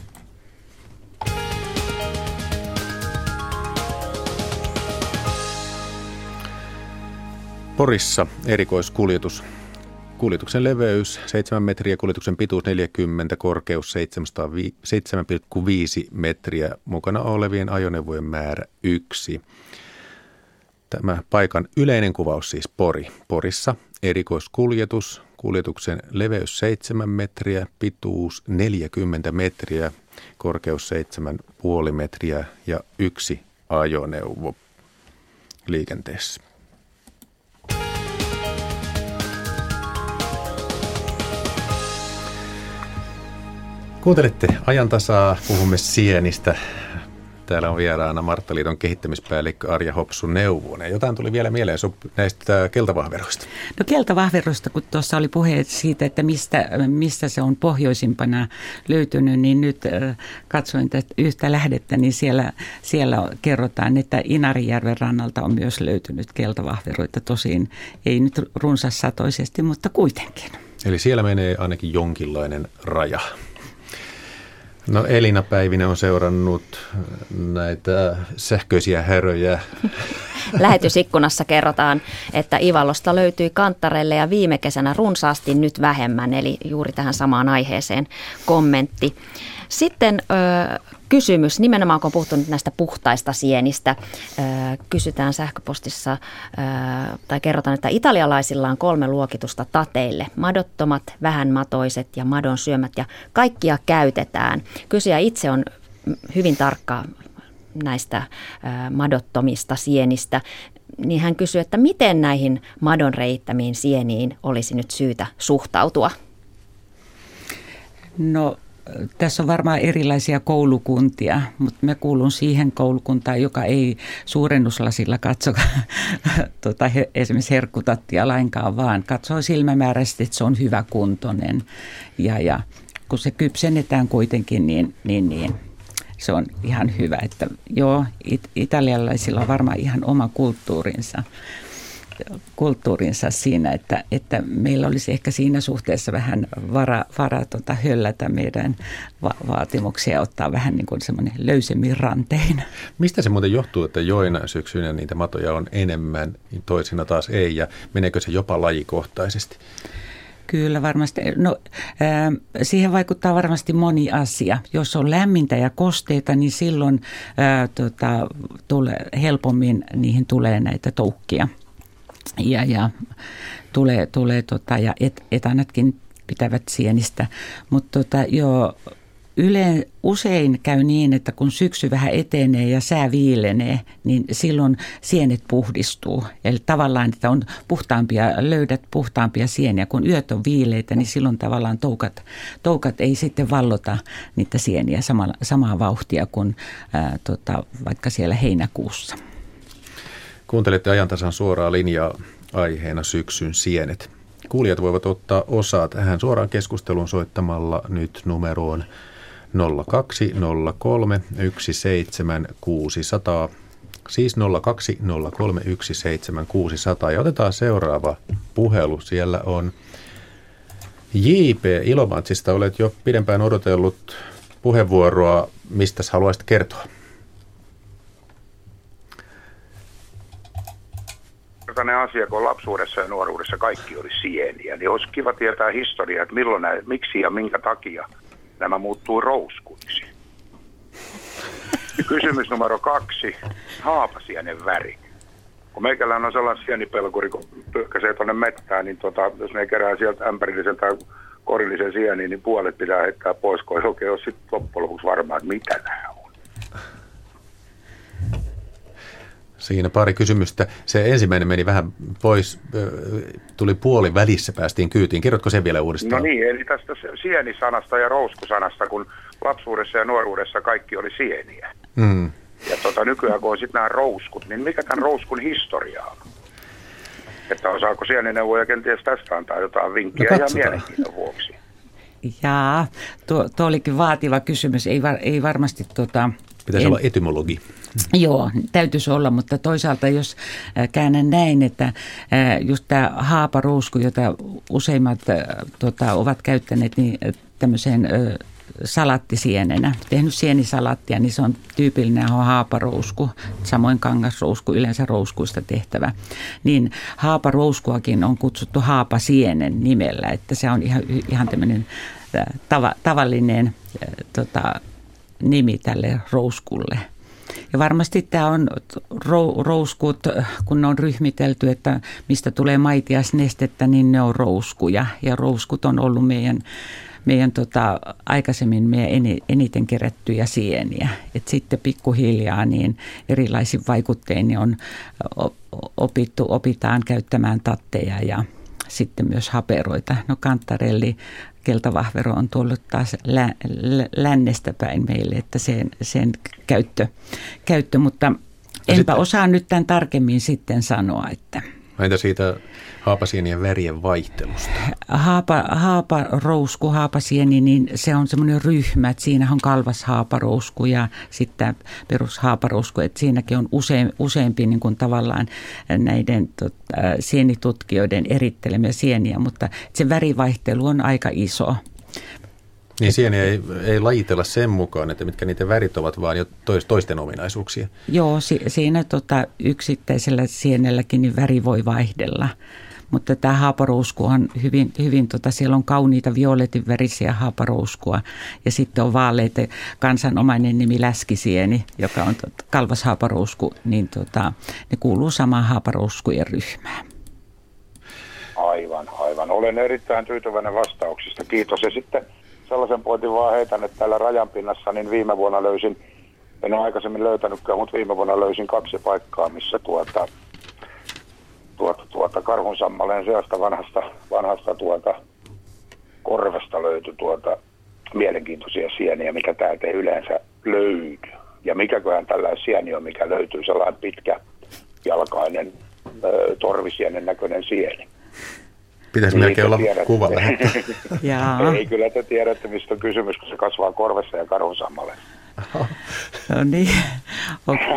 Porissa erikoiskuljetus. Kuljetuksen leveys seitsemän metriä, kuljetuksen pituus neljäkymmentä, korkeus seitsemän pilkku viisi metriä, mukana olevien ajoneuvojen määrä yksi. Tämä paikan yleinen kuvaus siis Pori. Porissa erikoiskuljetus, kuljetuksen leveys seitsemän metriä, pituus neljäkymmentä metriä, korkeus seitsemän pilkku viisi metriä ja yksi ajoneuvo liikenteessä. Kuuntelette Ajantasaa, puhumme sienistä. Täällä on vieraana Marttaliiton kehittämispäällikkö Arja Hopsu-Neuvonen. Jotain tuli vielä mieleen näistä keltavahveroista. No keltavahveroista, kun tuossa oli puhe siitä, että mistä, mistä se on pohjoisimpana löytynyt, niin nyt katsoin tätä yhtä lähdettä, niin siellä, siellä kerrotaan, että Inarijärven rannalta on myös löytynyt keltavahveroita. Tosin ei nyt runsassatoisesti, mutta kuitenkin. Eli siellä menee ainakin jonkinlainen raja. No Elina Päivinen on seurannut näitä sähköisiä häröjä. Lähetysikkunassa kerrotaan, että Ivalosta löytyi kanttarelle ja viime kesänä runsaasti, nyt vähemmän, eli juuri tähän samaan aiheeseen kommentti. Sitten ö, kysymys, nimenomaan kun on puhuttu nyt näistä puhtaista sienistä, ö, kysytään sähköpostissa ö, tai kerrotaan, että italialaisilla on kolme luokitusta tateille. Madottomat, vähän matoiset ja madon syömät ja kaikkia käytetään. Kysyjä itse on hyvin tarkka näistä ö, madottomista sienistä. Niin hän kysyy, että miten näihin madon reittämiin sieniin olisi nyt syytä suhtautua? No tässä on varmaan erilaisia koulukuntia, mutta mä kuulun siihen koulukuntaan, joka ei suurennuslasilla katso tota, he, esimerkiksi herkkutattia lainkaan, vaan katsoo silmämääräisesti, että se on hyväkuntoinen. Ja, ja kun se kypsennetään kuitenkin, niin, niin, niin se on ihan hyvä. Että joo, it, italialaisilla on varmaan ihan oma kulttuurinsa. kulttuurinsa siinä, että, että meillä olisi ehkä siinä suhteessa vähän vara, vara tuota, höllätä meidän va- vaatimuksia ja ottaa vähän niin kuin semmoinen löysemmin rantein. Mistä se muuten johtuu, että joina syksynä niitä matoja on enemmän, niin toisina taas ei, ja meneekö se jopa lajikohtaisesti? Kyllä varmasti. No, äh, siihen vaikuttaa varmasti moni asia. Jos on lämmintä ja kosteita, niin silloin äh, tota, tulee, helpommin niihin tulee näitä toukkia. Ja, ja tulee, tulee tota, ja et, etanatkin pitävät sienistä. Mutta tota, joo, Yle, usein käy niin, että kun syksy vähän etenee ja sää viilenee, niin silloin sienet puhdistuu. Eli tavallaan, että on puhtaampia, löydät puhtaampia sieniä. Kun yöt on viileitä, niin silloin tavallaan toukat, toukat ei sitten vallota niitä sieniä samalla, samaa vauhtia kuin ää, tota, vaikka siellä heinäkuussa. Kuuntelette Ajantasan suoraa linjaa, aiheena syksyn sienet. Kuulijat voivat ottaa osaa tähän suoraan keskusteluun soittamalla nyt numeroon nolla kaksi nolla kolme yksi seitsemän kuusi nolla nolla, siis nolla kaksi nolla kolme yksi seitsemän kuusi nolla nolla. Ja otetaan seuraava puhelu. Siellä on J P Ilomantsista. Olet jo pidempään odotellut puheenvuoroa. Mistä haluaisit kertoa? Tällainen asia, kun lapsuudessa ja nuoruudessa kaikki oli sieniä, niin olisi kiva tietää historiaa, että milloin näin, miksi ja minkä takia nämä muuttuu rouskuiksi. Ja kysymys numero kaksi, haapasienen väri. Kun meikällään on sellainen sienipelkuri, kun pyyhkäisee tuonne mettään, niin tota, jos ne kerää sieltä ämpärillisen tai korillisen sieniin, niin puolet pitää heittää pois, kun ei oikein ole sitten loppujen lopuksi varmaa, että mitä nämä on. Siinä pari kysymystä. Se ensimmäinen meni vähän pois, tuli puoli välissä, päästiin kyytiin. Kerrotko sen vielä uudestaan? No niin, eli tästä sienisanasta ja rouskusanasta, kun lapsuudessa ja nuoruudessa kaikki oli sieniä. Mm. Ja tota, nykyään kun on sitten nämä rouskut, niin mikä tämän rouskun historia on? Että osaako sienineuvoja kenties tästä antaa jotain vinkkiä no, ja mielenkiinnon vuoksi? Jaa, tuo, tuo olikin vaativa kysymys. Ei, var, ei varmasti... Tota, Pitäisi en... olla etymologi. Joo, täytyisi olla, mutta toisaalta jos käännän näin, että just tämä haaparuusku, jota useimmat tota, ovat käyttäneet niin tämmöiseen salattisienenä, tehnyt sienisalattia, niin se on tyypillinen haaparuusku, samoin kangasruusku, yleensä rouskuista tehtävä. Niin haaparuuskuakin on kutsuttu haapasienen nimellä, että se on ihan, ihan tämmöinen tava, tavallinen tota, nimi tälle rouskulle. Ja varmasti tämä on rouskut, kun ne on ryhmitelty, että mistä tulee maitiaisnestettä, niin ne on rouskuja. Ja rouskut on ollut meidän, meidän tota, aikaisemmin meidän eniten kerättyjä sieniä. Et sitten pikkuhiljaa niin erilaisin vaikuttein niin on opittu, opitaan käyttämään tatteja ja sitten myös haperoita. No kantarelli, keltavahvero on tullut taas lä, lä, lännestä päin meille, että sen, sen käyttö, käyttö, mutta no enpä sitten osaa nyt tämän tarkemmin sitten sanoa, että... Entä siitä haapasienien värien vaihtelusta? Haapa, haaparousku, haapasieni, niin se on semmoinen ryhmä, että siinä on kalvashaaparousku ja sitten perushaaparousku, että siinäkin on use, useampi niin kuin tavallaan näiden tota, sienitutkijoiden erittelemiä sieniä, mutta se värivaihtelu on aika iso. Niin sieniä ei, ei lajitella sen mukaan, että mitkä niiden värit ovat, vaan jo toisten ominaisuuksia. Joo, si, siinä tota, yksittäisellä sienelläkin niin väri voi vaihdella. Mutta tämä haaparuusku on hyvin, hyvin tota, siellä on kauniita violetin värisiä haaparuuskua ja sitten on vaaleita kansanomainen nimi läskisieni, joka on tota, kalvashaaparuusku, niin tota, ne kuuluu samaan haaparuuskujen ryhmään. Aivan, aivan. Olen erittäin tyytyväinen vastauksista. Kiitos. Ja sitten sellaisen pointin vaan heitän, että täällä rajanpinnassa niin viime vuonna löysin, en ole aikaisemmin löytänytkään, mutta viime vuonna löysin kaksi paikkaa, missä tuota, tuota, tuota karhunsammaleen seasta vanhasta, vanhasta tuota, korvesta löytyi tuota, mielenkiintoisia sieniä, mikä täältä ei yleensä löydy. Ja mikäköhän tällainen sieni on, mikä löytyy, sellainen pitkä jalkainen ö, torvisienen näköinen sieni. Pitäisi niin melkein olla kuva lähettää. Ei, kyllä te tiedätte, mistä on kysymys, kun se kasvaa korvessa ja karhunsammaleen. No niin. Okay.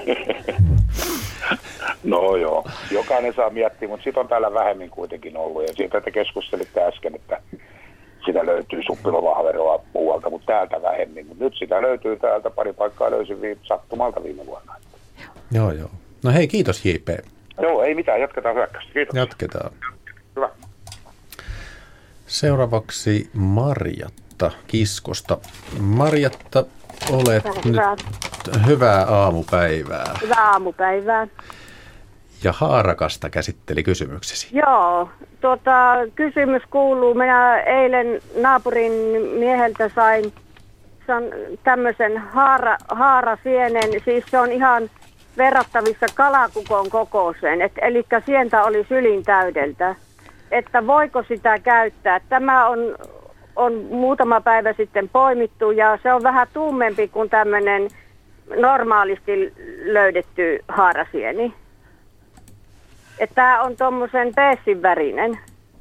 No joo, jokainen saa miettiä, mutta siitä on täällä vähemmin kuitenkin ollut. Ja siitä te keskustelitte äsken, että sitä löytyy suppilovahveroa muualta, mutta täältä vähemmin. Mutta nyt sitä löytyy täältä, pari paikkaa löysin viime, sattumalta viime vuonna. Joo, joo. No hei, kiitos J P. Joo, ei mitään, jatketaan hyökkäystä. Kiitos. Jatketaan. Hyvä. Seuraavaksi Marjatta Kiskosta. Marjatta, olet Hyvää. nyt hyvää aamupäivää. Hyvää aamupäivää. Ja Haarakasta käsitteli kysymyksesi. Joo, tuota, kysymys kuuluu. Minä eilen naapurin mieheltä sain tämmöisen haara, haarasienen, siis se on ihan verrattavissa kalakukon kokoiseen, et, eli sientä oli sylin täydeltä. Että voiko sitä käyttää? Tämä on, on muutama päivä sitten poimittu ja se on vähän tummempi kuin tämmöinen normaalisti löydetty haarasieni. Että tämä on tuommoisen peessin värinen.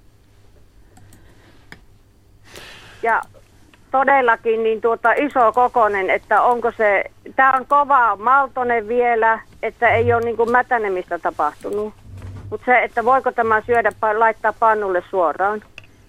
Ja todellakin niin tuota iso kokoinen, että onko se, tämä on kova maltonen vielä, että ei ole niin kuin mätänemistä tapahtunut. Mutta se, että voiko tämä syödä, laittaa pannulle suoraan?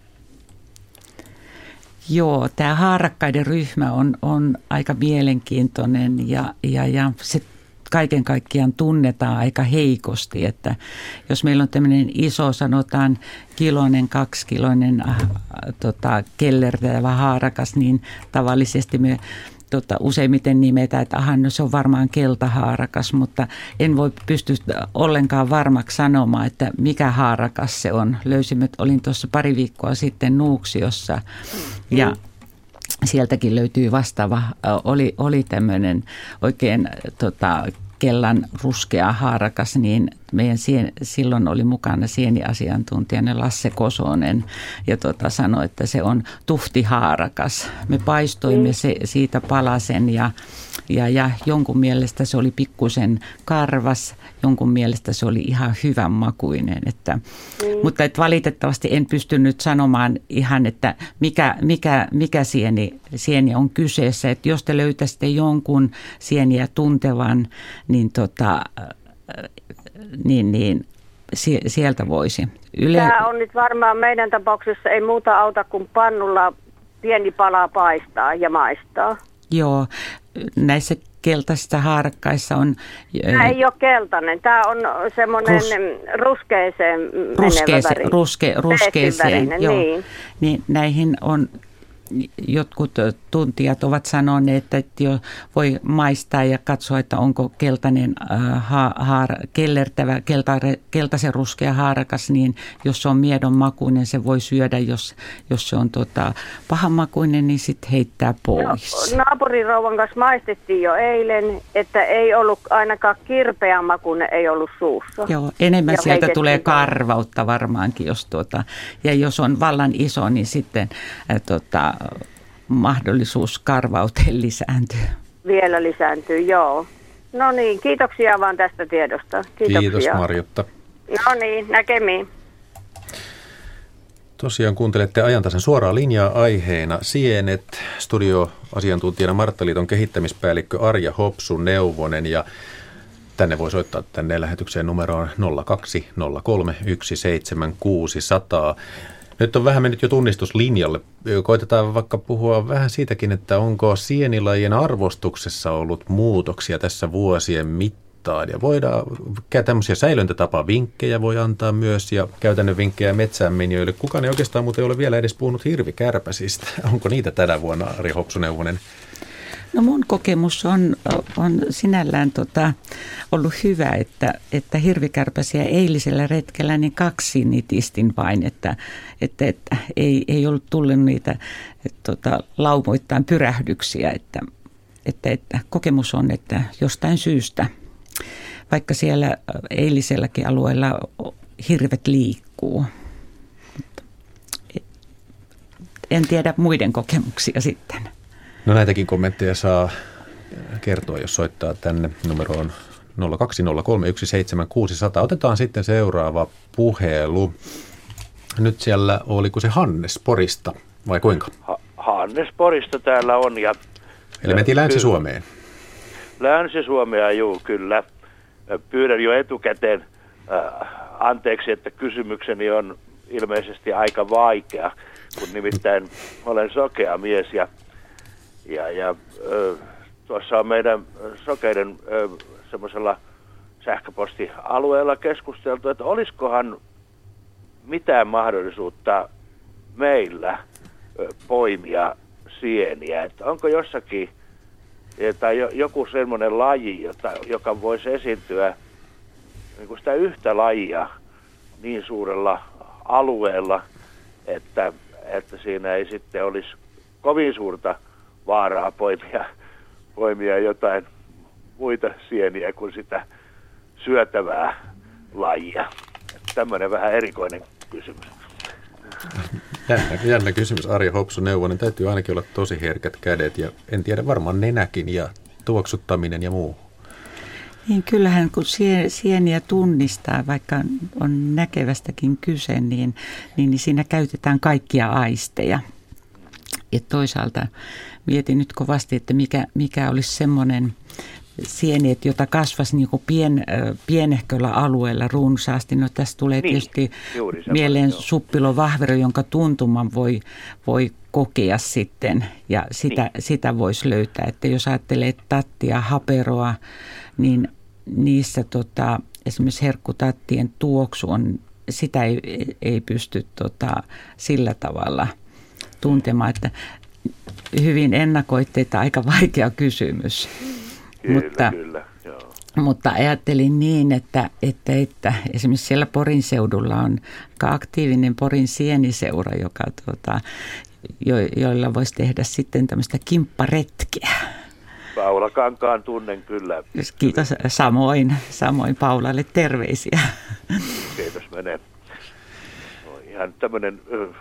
Joo, tämä haarakkaiden ryhmä on, on aika mielenkiintoinen ja, ja, ja se kaiken kaikkiaan tunnetaan aika heikosti, että jos meillä on tämmöinen iso, sanotaan kiloinen, kaksikiloinen äh, tota, kellertävä haarakas, niin tavallisesti me tota, useimmiten nimetään, että aha, no se on varmaan keltahaarakas, mutta en voi pysty ollenkaan varmaksi sanomaan, että mikä haarakas se on. Löysimme, olin tuossa pari viikkoa sitten Nuuksiossa ja sieltäkin löytyy vastaava, oli, oli tämmöinen oikein tota, kellan ruskea haarakas, niin meidän sien, silloin oli mukana sieniasiantuntijana Lasse Kosonen ja tota, sanoi, että se on tuhtihaarakas. Me paistoimme se, siitä palasen ja, ja, ja jonkun mielestä se oli pikkusen karvas, jonkun mielestä se oli ihan hyvän makuinen. Että, mm. Mutta et valitettavasti en pystynyt sanomaan ihan, että mikä, mikä, mikä sieni, sieni on kyseessä. Että jos te löytäisitte jonkun sieniä tuntevan, niin tota... Niin, niin sieltä voisi. Yle... Tämä on nyt varmaan meidän tapauksessa ei muuta auta kuin pannulla pieni pala paistaa ja maistaa. Joo, näissä keltaisissa haarakkaissa on... Tämä ei ole keltainen, tämä on semmoinen Rus... ruskeeseen menevä väri. Ruske, ruskeeseen, joo. Niin. Niin näihin on... Jotkut tuntijat ovat sanoneet, että jo voi maistaa ja katsoa, että onko keltainen ha, haar, kellertävä, kelta, keltaisen ruskea haarakas, niin jos se on miedon makuinen, se voi syödä. Jos, jos se on tota, pahan makuinen, niin sitten heittää pois. No, naapurirouvan kanssa maistettiin jo eilen, että ei ollut ainakaan kirpeä makuinen, ei ollut suussa. Joo, enemmän ja sieltä tulee karvautta varmaankin, jos tuota, ja jos on vallan iso, niin sitten äh, tota, mahdollisuus karvauteen lisääntyy. Vielä lisääntyy, joo. No niin, kiitoksia vaan tästä tiedosta. Kiitoksia. Kiitos Marjutta. No niin, näkemiin. Tosiaan kuuntelette ajantasan suoraa linjaa aiheena sienet. Studioasiantuntijana Marttaliiton kehittämispäällikkö Arja Hopsu-Neuvonen ja tänne voi soittaa tänne lähetykseen numeroon nolla kaksi nolla kolme yksi seitsemän kuusi nolla nolla. Nyt on vähän mennyt jo tunnistuslinjalle. Koitetaan vaikka puhua vähän siitäkin, että onko sienilajien arvostuksessa ollut muutoksia tässä vuosien mittaan. Ja voidaan, tämmöisiä säilöntätapavinkkejä voi antaa myös ja käytännön vinkkejä metsäänmenijöille. Kukaan ei oikeastaan muuten ole vielä edes puhunut hirvikärpäsistä. Onko niitä tänä vuonna, Ari Hopsu-Neuvonen? No mun kokemus on, on sinällään tota, ollut hyvä, että, että hirvikärpäsiä eilisellä retkellä niin kaksi nitistin vain, että, että, että ei, ei ollut tullut niitä että, tota, laumoittain pyrähdyksiä, että, että, että kokemus on, että jostain syystä, vaikka siellä eiliselläkin alueella hirvet liikkuu. En tiedä muiden kokemuksia sitten. No näitäkin kommentteja saa kertoa, jos soittaa tänne numeroon nolla kaksi nolla kolme yksi seitsemän kuusi nolla nolla. Otetaan sitten seuraava puhelu. Nyt siellä, oliko se Hannes Porista vai kuinka? Ha- Hannes Porista täällä on. Ja, Eli mentiin Länsi-Suomeen. Länsi-Suomea, juu, kyllä. Pyydän jo etukäteen äh, anteeksi, että kysymykseni on ilmeisesti aika vaikea, kun nimittäin olen sokea mies ja Ja, ja ö, tuossa on meidän sokeiden ö, semmoisella sähköpostialueella keskusteltu, että olisikohan mitään mahdollisuutta meillä poimia sieniä? Että onko jossakin tai joku semmoinen laji, jota, joka voisi esiintyä niin kuin sitä yhtä lajia niin suurella alueella, että, että siinä ei sitten olisi kovin suurta vaaraa poimia, poimia jotain muita sieniä kuin sitä syötävää lajia. Tämmöinen vähän erikoinen kysymys. Jännä, jännä kysymys. Arja Hopsu-Neuvonen. Täytyy ainakin olla tosi herkät kädet ja en tiedä, varmaan nenäkin ja tuoksuttaminen ja muu. Niin kyllähän kun sieniä tunnistaa, vaikka on näkevästäkin kyse, niin, niin, niin siinä käytetään kaikkia aisteja. Ja toisaalta mietin nyt kovasti, että mikä, mikä olisi semmoinen sieni, jota kasvaisi niin kuin pien, pienehköllä alueella runsaasti. No tässä tulee niin, tietysti mieleen suppilovahvero, jonka tuntuman voi, voi kokea sitten ja sitä, niin. sitä voisi löytää. Että jos ajattelee tattia, haperoa, niin niissä tota, esimerkiksi herkkutattien tuoksu on, sitä ei, ei pysty tota, sillä tavalla tuntemaan, että hyvin ennakoitte, että aika vaikea kysymys. Kyllä, mutta, kyllä, joo. mutta ajattelin niin, että, että, että esimerkiksi siellä Porin seudulla on aktiivinen Porin sieniseura, joka, tuota, jo, joilla voisi tehdä sitten tämmöistä kimpparetkeä. Paula Kankaan tunnen kyllä. Kiitos samoin, samoin Paulalle terveisiä. Kiitos menee. No, ihan tämmöinen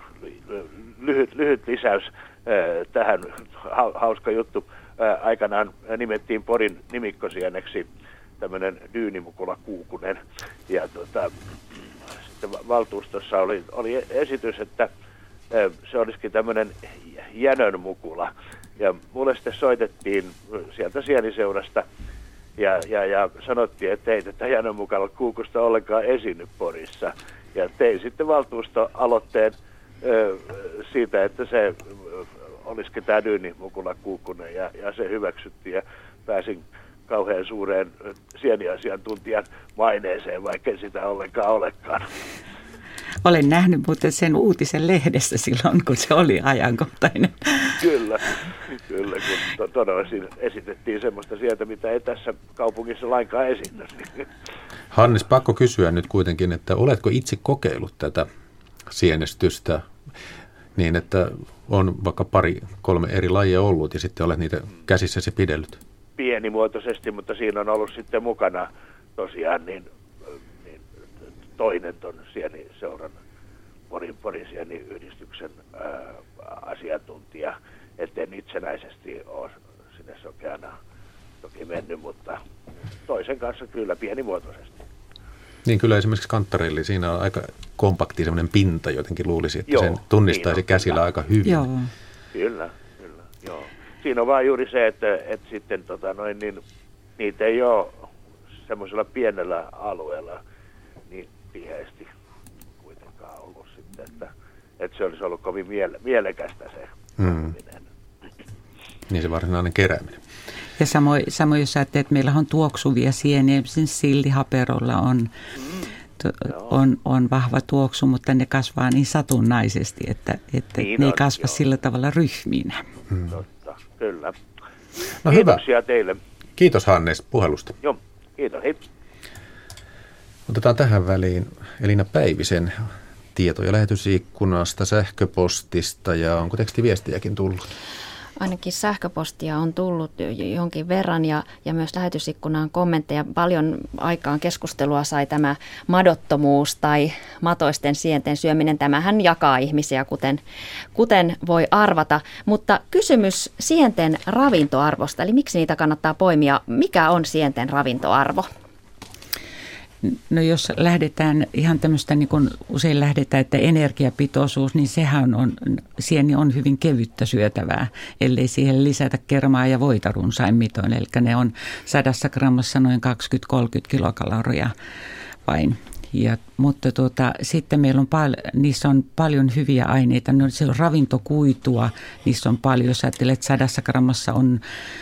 lyhyt, lyhyt lisäys tähän, hauska juttu. Aikanaan nimettiin Porin nimikkosieneksi tämmöinen Dyynimukula Kuukunen. Ja tuota, sitten valtuustossa oli, oli esitys, että se olisikin tämmöinen Jänönmukula. Ja mulle sitten soitettiin sieltä sieniseurasta ja, ja, ja sanottiin, että ei tätä Jänönmukala Kuukusta ollenkaan esiinny Porissa. Ja tein sitten valtuustoaloitteen ö, siitä, että se olisikin tämä Dyynimukula Kuukunen ja, ja se hyväksyttiin ja pääsin kauhean suureen sieniasiantuntijan maineeseen, vaikka ei sitä ollenkaan olekaan. Olen nähnyt muuten sen uutisen lehdessä silloin, kun se oli ajankohtainen. Kyllä, kyllä kun to- todella esitettiin semmoista sieltä, mitä ei tässä kaupungissa lainkaan esiinny. Hannes, pakko kysyä nyt kuitenkin, että oletko itse kokeillut tätä sienestystä niin, että on vaikka pari, kolme eri lajia ollut ja sitten olet niitä käsissäsi pidellyt? Pienimuotoisesti, mutta siinä on ollut sitten mukana tosiaan niin, niin toinen ton sieniseuran, Porin, Porin sieniyhdistyksen ää, asiantuntija, etten itsenäisesti ole sinne sokeana toki mennyt, mutta toisen kanssa kyllä pienimuotoisesti. Niin kyllä esimerkiksi kanttarelli, siinä on aika kompakti semmoinen pinta, jotenkin luulisi, että joo, sen tunnistaisi niin käsillä kyllä. aika hyvin. Joo. Kyllä, kyllä, joo. Siinä on vaan juuri se, että, että sitten tota noin, niin, niitä ei ole semmoisella pienellä alueella niin tiheästi kuitenkaan ollut sitten, että, että se olisi ollut kovin miele, mielekästä se hmm. Niin se varsinainen kerääminen. Ja samoin, samoin jos ajattelee, että meillä on tuoksuvia sieniä, esimerkiksi sillihaperolla on, to, on, on vahva tuoksu, mutta ne kasvaa niin satunnaisesti, että, että niin ne on, ei kasva joo. sillä tavalla ryhminä. Hmm. Totta, kyllä. No Kiitoksia hyvä. teille. Kiitos Hannes puhelusta. Joo, kiitos. Hei. Otetaan tähän väliin Elina Päivisen tietoja lähetysikkunasta, sähköpostista ja onko tekstiviestejäkin tullut? Ainakin sähköpostia on tullut jonkin verran ja, ja myös lähetysikkunaan kommentteja. Paljon aikaan keskustelua sai tämä madottomuus tai matoisten sienten syöminen. Tämähän jakaa ihmisiä, kuten, kuten voi arvata. Mutta kysymys sienten ravintoarvosta, eli miksi niitä kannattaa poimia? Mikä on sienten ravintoarvo? No jos lähdetään ihan tämmöistä, niin kuin usein lähdetään, että energiapitoisuus, niin sehän on, sieni on hyvin kevyttä syötävää, ellei siihen lisätä kermaa ja voita runsain mitoin. Eli ne on sadassa grammassa noin kaksikymmentä kolmekymmentä kilokaloria vain. Ja, mutta tuota, sitten meillä on pal- niissä on paljon hyviä aineita, no, se on ravintokuitua, niissä on paljon, jos ajattelet, että sadassa grammassa on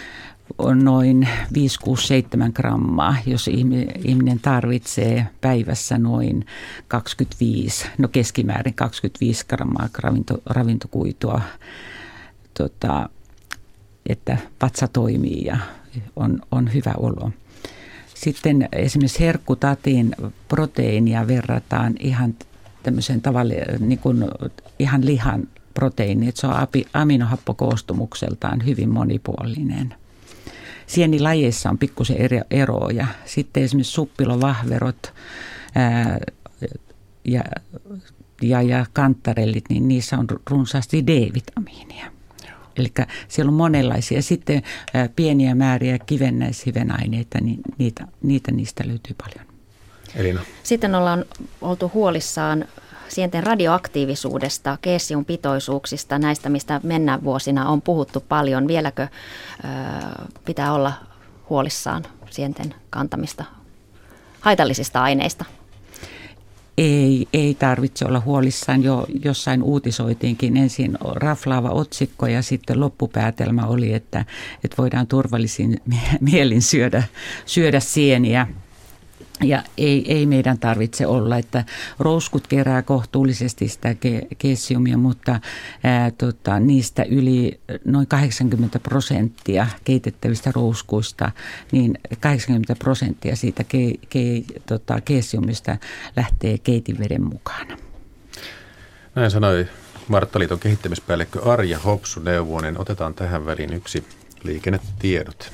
on noin viisi, kuusi, seitsemän grammaa, jos ihminen tarvitsee päivässä noin kaksikymmentäviisi, no keskimäärin kaksikymmentäviisi grammaa ravinto, ravintokuitua, tota, että vatsa toimii ja on, on hyvä olo. Sitten esimerkiksi herkkutatin proteiinia verrataan ihan tämmöisen tavallisen, niin kuin ihan lihan proteiini, että se on aminohappokoostumukseltaan hyvin monipuolinen. Sienilajeissa on pikkusen eroja. Sitten esimerkiksi suppilovahverot ää, ja, ja, ja kantarellit, niin niissä on runsaasti D-vitamiinia. Eli siellä on monenlaisia. Sitten ää, pieniä määriä kivennäishivenaineita, niin niitä, niitä niistä löytyy paljon. Elina. Sitten ollaan oltu huolissaan sienten radioaktiivisuudesta, keesium pitoisuuksista, näistä, mistä mennään vuosina on puhuttu paljon. Vieläkö ö, pitää olla huolissaan sienten kantamista haitallisista aineista? Ei, ei tarvitse olla huolissaan. Jo jossain uutisoitiinkin ensin raflaava otsikko ja sitten loppupäätelmä oli, että, että voidaan turvallisin mielin syödä, syödä sieniä. Ja ei, ei meidän tarvitse olla, että rouskut kerää kohtuullisesti sitä keesiumia, mutta ää, tota, niistä yli noin kahdeksankymmentä prosenttia keitettävistä rouskuista, niin kahdeksankymmentä prosenttia siitä ke, ke, tota, keesiumista lähtee keitinveden mukana. Näin sanoi Marttaliiton kehittämispäällikkö Arja Hopsu-Neuvonen. Otetaan tähän väliin yksi liikennetiedot.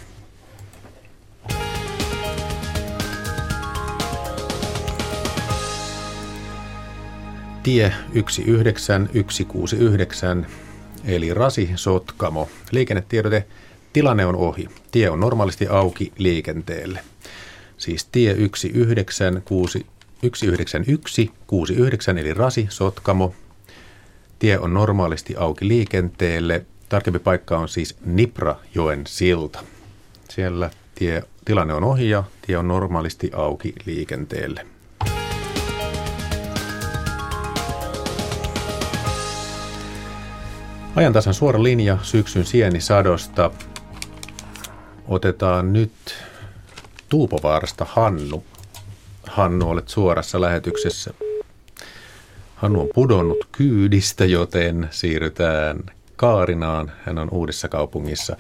Tie yksi yhdeksän yksi kuusi yhdeksän eli Rasi-Sotkamo. Liikennetiedote, tilanne on ohi. Tie on normaalisti auki liikenteelle. Siis tie yksi yhdeksän yksi kuusi yhdeksän eli Rasi-Sotkamo. Tie on normaalisti auki liikenteelle. Tarkempi paikka on siis Niprajoen silta. Siellä tie, tilanne on ohi ja tie on normaalisti auki liikenteelle. Ajantasan suora linja syksyn sienisadosta. Otetaan nyt Tuupovaarasta Hannu. Hannu, olet suorassa lähetyksessä. Hannu on pudonnut kyydistä, joten siirrytään Kaarinaan. Hän on Uudessa Kaupungissa.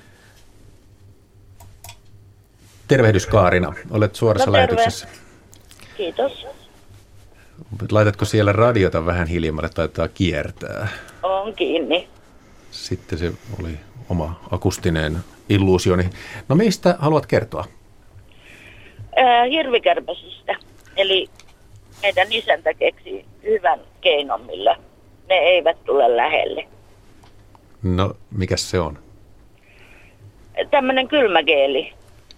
Tervehdys Kaarina, olet suorassa no, lähetyksessä. Kiitos. Laitatko siellä radiota vähän hiljemmalle, taitaa kiertää? On kiinni. Sitten se oli oma akustinen illuusioni. No mistä haluat kertoa? Ää, hirvikärpäsistä. Eli meidän isäntä keksi hyvän keinon, millä ne eivät tule lähelle. No, mikäs se on? Tämmöinen kylmägeeli.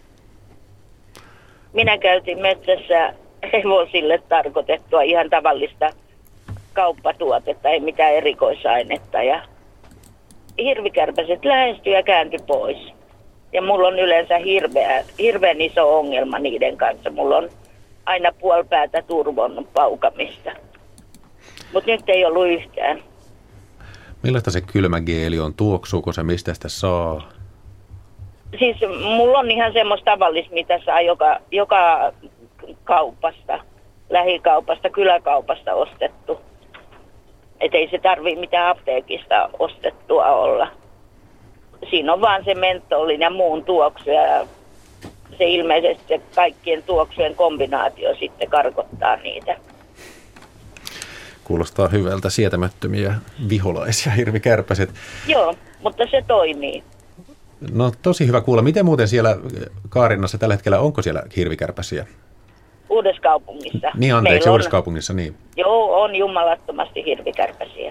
Minä käytin metsässä hevosille tarkoitettua ihan tavallista kauppatuotetta, ei mitään erikoisainetta. Ja hirvikärpäset lähestyi ja kääntyi pois. Ja mulla on yleensä hirveä, hirveän iso ongelma niiden kanssa. Mulla on aina puolipäätä turvonnut paukamista. Mutta nyt ei ollut yhtään. Millaista se kylmägeeli on? Tuoksuuko se? Mistä sitä saa? Siis mulla on ihan semmoista tavallista, mitä saa joka, joka kaupasta, lähikaupasta, kyläkaupasta ostettu. Että ei se tarvitse mitään apteekista ostettua olla. Siinä on vaan se mentolin ja muun tuoksu ja se ilmeisesti se kaikkien tuoksujen kombinaatio sitten karkottaa niitä. Kuulostaa hyvältä, sietämättömiä viholaisia hirvikärpäset. Joo, mutta se toimii. No tosi hyvä kuulla. Miten muuten siellä Kaarinassa tällä hetkellä, onko siellä hirvikärpäsiä? Uudessaupungissa. Niin anteeksi, Uudessaupungissa, niin. Joo, on jumalattomasti hirvikärpäsiä.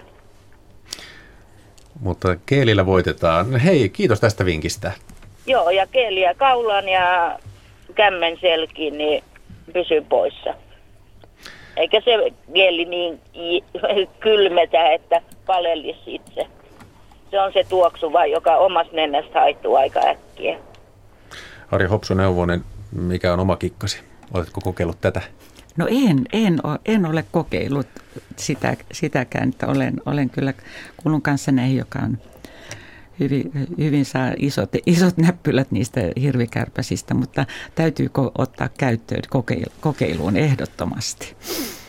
Mutta keelillä voitetaan. Hei, kiitos tästä vinkistä. Joo, ja keeliä kaulaan ja kämmen selkiin, niin pysyy poissa. Eikä se geeli niin kylmetä, että palelisi itse. Se on se tuoksuva, joka omasta nenästä haittuu aika äkkiä. Arja Hopsu-Neuvonen, mikä on oma kikkasi? Oletko kokeillut tätä? No en, en, en ole kokeillut sitä, sitäkään, että olen, olen kyllä kuulun kanssa näihin, joka on, hyvin, hyvin saa isot, isot näppylät niistä hirvikärpäsistä, mutta täytyy ottaa käyttöön kokeiluun ehdottomasti.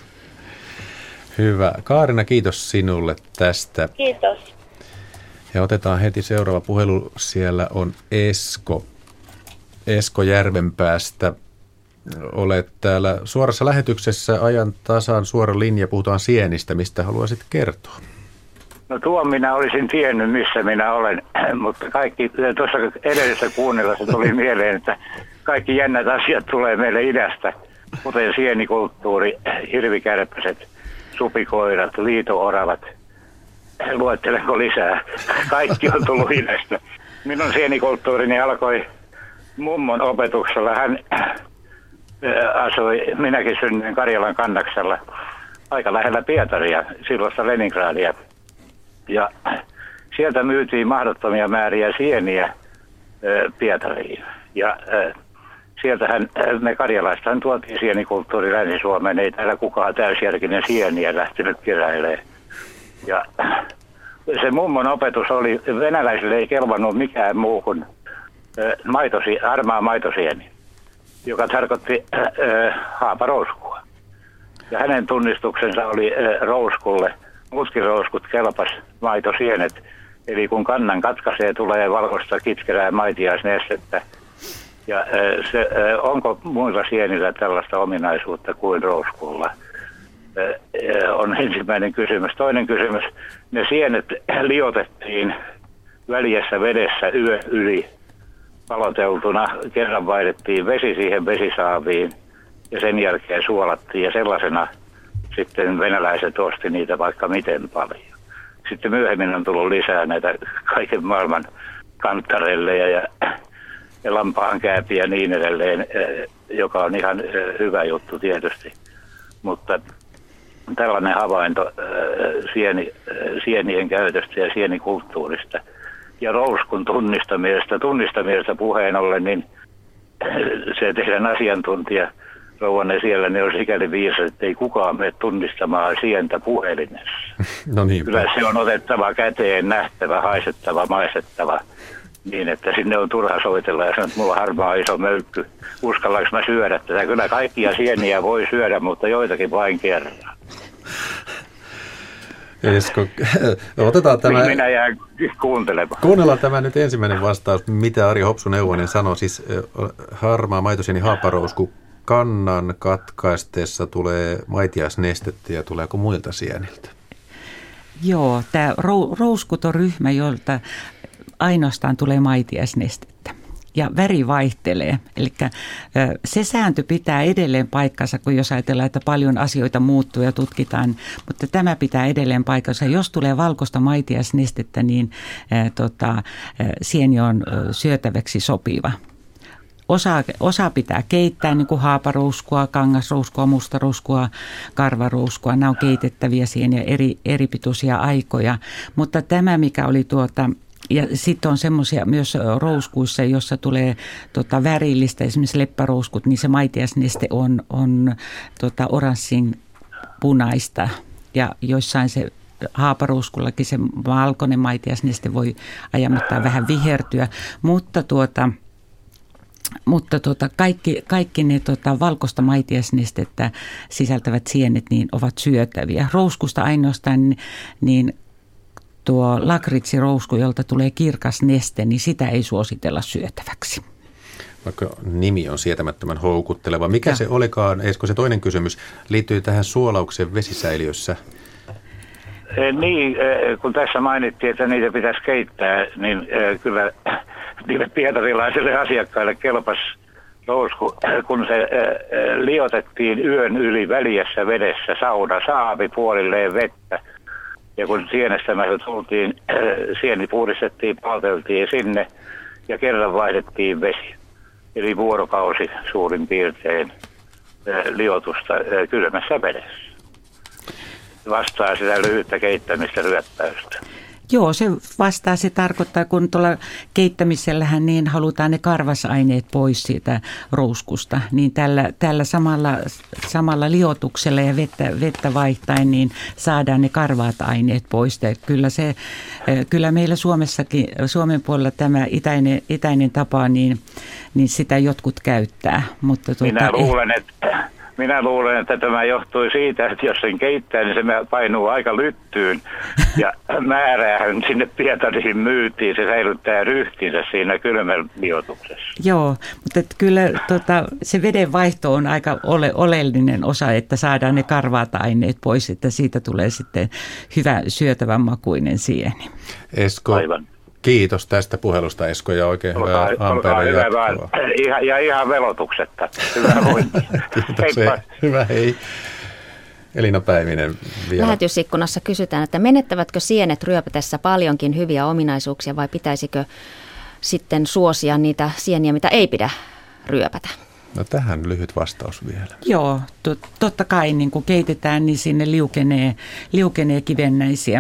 Hyvä. Kaarina, kiitos sinulle tästä. Kiitos. Ja otetaan heti seuraava puhelu. Siellä on Esko. Esko Järvenpäästä. Olet täällä suorassa lähetyksessä ajan tasan suora linja. Puhutaan sienistä. Mistä haluaisit kertoa? No tuon minä olisin tiennyt, missä minä olen, mutta kaikki tuossa edellisessä kuunnellessa tuli mieleen, että kaikki jännät asiat tulee meille idästä, kuten sienikulttuuri, hirvikärpäset, supikoirat, liito-oravat. Luettelenko lisää? Kaikki on tullut idästä. Minun sienikulttuurini alkoi mummon opetuksella. Hän asui, minäkin synnyin Karjalan Kannaksella, aika lähellä Pietaria, silloista Leningradia. Ja sieltä myytiin mahdottomia määriä sieniä Pietariin. Ja sieltähän me karjalaistahan tuotiin sienikulttuuri Länsi-Suomeen. Ei täällä kukaan täysjärkinen sieniä lähtenyt keräilemään. Ja se mummon opetus oli, venäläisille ei kelvannut mikään muu kuin maitosi, harmaa maitosieni, joka tarkoitti äh, haaparouskua. Ja hänen tunnistuksensa oli äh, rouskulle. Muutkin rouskut kelpas maitosienet. Eli kun kannan katkaisee, tulee valkoista kitkerää maitiaisnestettä. Ja äh, se, äh, onko muilla sienillä tällaista ominaisuutta kuin rouskulla? Äh, on ensimmäinen kysymys. Toinen kysymys. Ne sienet liotettiin väljässä vedessä yön yli paloteltuna. Kerran vaihdettiin vesi siihen vesisaaviin ja sen jälkeen suolattiin ja sellaisena sitten venäläiset osti niitä vaikka miten paljon. Sitten myöhemmin on tullut lisää näitä kaiken maailman kantarelleja ja, ja lampaankääpiä ja niin edelleen, joka on ihan hyvä juttu tietysti. Mutta tällainen havainto sieni, sienien käytöstä ja sienikulttuurista ja rouskun tunnistamisesta, tunnistamisesta puheen ollen, niin se teidän asiantuntija rouvanne siellä, ne on sikäli viisas, että ei kukaan mene tunnistamaan sientä puhelimessa. No niin. Kyllä se on otettava käteen, nähtävä, haisettava, maistettava, niin että sinne on turha soitella ja sanoa, että mulla on harmaa iso möykky. Uskallanko mä syödä tätä? Kyllä kaikkia sieniä voi syödä, mutta joitakin vain kerran. Esko, otetaan tämä. Minä jään kuuntelemaan. Kuunnellaan tämä nyt ensimmäinen vastaus, mitä Ari Hopsu-Neuvonen sanoi. Siis harmaa maitosieni haaparousku kannan katkaisteessa tulee maitiaisnestettä ja tuleeko muilta sieniltä? Joo, tämä rouskut on ryhmä, jolta ainoastaan tulee maitiaisnestettä. Ja väri vaihtelee. Eli se sääntö pitää edelleen paikkansa, kun jos ajatellaan, että paljon asioita muuttuu ja tutkitaan, mutta tämä pitää edelleen paikkansa. Jos tulee valkoista maitiaisnestettä, niin ää, tota, ää, sieni on ää, syötäväksi sopiva. Osa, osa pitää keittää, niin kuin haaparouskua, kangasrouskua, mustarouskua, karvarouskua. Nämä on keitettäviä sieniä eri, eri pituisia aikoja. Mutta tämä, mikä oli tuota... Ja sitten on semmoisia myös rouskuissa, jossa tulee tota, värillistä, esimerkiksi leppärouskut, niin se maitiaisneste on, on tota, oranssin punaista. Ja joissain se haaparouskullakin se valkoinen maitiaisneste voi ajamattaa vähän vihertyä, mutta tuota... Mutta tuota, kaikki, kaikki ne tuota, valkoista maitiaisnestettä sisältävät sienet niin ovat syötäviä. Rouskusta ainoastaan niin tuo lakritsirousku, jolta tulee kirkas neste, niin sitä ei suositella syötäväksi. Vaikka nimi on sietämättömän houkutteleva. Mikä ja. se olikaan, Esko, se toinen kysymys liittyy tähän suolaukseen vesisäiliössä? Niin, kun tässä mainittiin, että niitä pitäisi keittää, niin kyllä niille pietarilaisille asiakkaille kelpas rousku, kun se liotettiin yön yli väljässä vedessä, sauna, saavi puolilleen vettä. Ja kun sienestä me tultiin, sieni puhdistettiin, palteltiin sinne ja kerran vaihdettiin vesi. Eli vuorokausi suurin piirtein liotusta kylmässä vedessä. Vastaa sitä lyhyttä keittämistä ryöppäystä. Joo, se vastaa, se tarkoittaa, kun tuolla keittämisellähän niin halutaan ne karvasaineet pois siitä rouskusta, niin tällä, tällä samalla, samalla liotuksella ja vettä, vettä vaihtaen niin saadaan ne karvaat aineet pois. Ja kyllä, se, kyllä meillä Suomessakin, Suomen puolella tämä itäinen, itäinen tapa, niin, niin sitä jotkut käyttää. Mutta tuota, Minä luulen, että... Minä luulen, että tämä johtui siitä, että jos sen keittää, niin se painuu aika lyttyyn. Ja määräähän sinne Pietariin myytiin, se säilyttää ryhtinsä siinä kylmän liotuksessa. Joo, mutta että kyllä tota, se veden vaihto on aika ole, oleellinen osa, että saadaan ne karvaat aineet pois, että siitä tulee sitten hyvä syötävän makuinen sieni. Esko. Aivan. Kiitos tästä puhelusta, Esko, ja oikein hyvää aamupäivän jatkoa. Ihan, ja ihan velotuksetta. Hyvää vointia. Kiitos, hei. Hyvä, hei. Elina Päivinen vielä. Lähetysikkunassa kysytään, että menettävätkö sienet ryöpätessä paljonkin hyviä ominaisuuksia vai pitäisikö sitten suosia niitä sieniä, mitä ei pidä ryöpätä? No tähän lyhyt vastaus vielä. Joo, to, totta kai niin kun keitetään, niin sinne liukenee, liukenee kivennäisiä.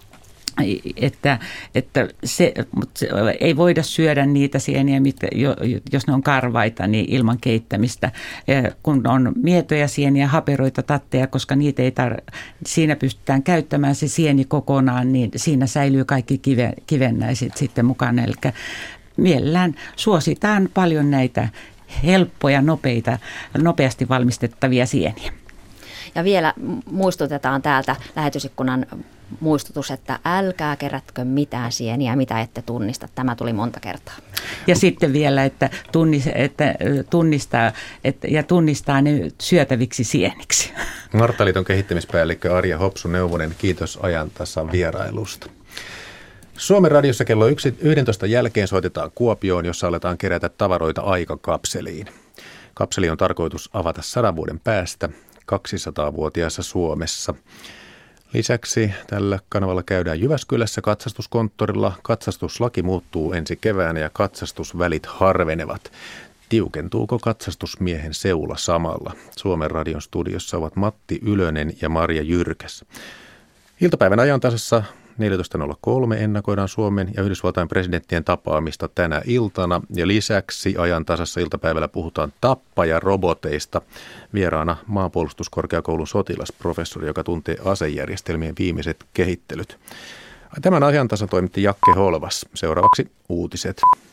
Että, että se, mutta se, ei voida syödä niitä sieniä, mitkä, jos ne on karvaita, niin ilman keittämistä. Kun on mietoja sieniä, haperoita, tatteja, koska niitä ei tar- siinä pystytään käyttämään se sieni kokonaan, niin siinä säilyy kaikki kive, kivennäiset sitten mukana. Eli mielellään suositaan paljon näitä helppoja, nopeita, nopeasti valmistettavia sieniä. Ja vielä muistutetaan täältä lähetysikkunan muistutus, että älkää kerätkö mitään sieniä, mitä ette tunnista. Tämä tuli monta kertaa. Ja sitten vielä, että, tunnis, että tunnistaa että, ja tunnistaa ne syötäviksi sieniksi. Marttaliiton kehittämispäällikkö Arja Hopsu-Neuvonen, kiitos ajantasan vierailusta. Suomen radiossa kello yksitoista jälkeen soitetaan Kuopioon, jossa aletaan kerätä tavaroita aikakapseliin. Kapseli on tarkoitus avata sadan vuoden päästä kaksisataavuotiaassa Suomessa. Lisäksi tällä kanavalla käydään Jyväskylässä katsastuskonttorilla. Katsastuslaki muuttuu ensi keväänä ja katsastusvälit harvenevat. Tiukentuuko katsastusmiehen seula samalla? Suomen radion studiossa ovat Matti Ylönen ja Marja Jyrkäs. Iltapäivän ajantasassa neljätoista nolla kolme ennakoidaan Suomen ja Yhdysvaltain presidenttien tapaamista tänä iltana. Ja lisäksi ajantasassa iltapäivällä puhutaan tappajaroboteista. Vieraana maanpuolustuskorkeakoulun sotilasprofessori, joka tuntee asejärjestelmien viimeiset kehittelyt. Tämän ajantasan toimitti Jakke Holvas. Seuraavaksi uutiset.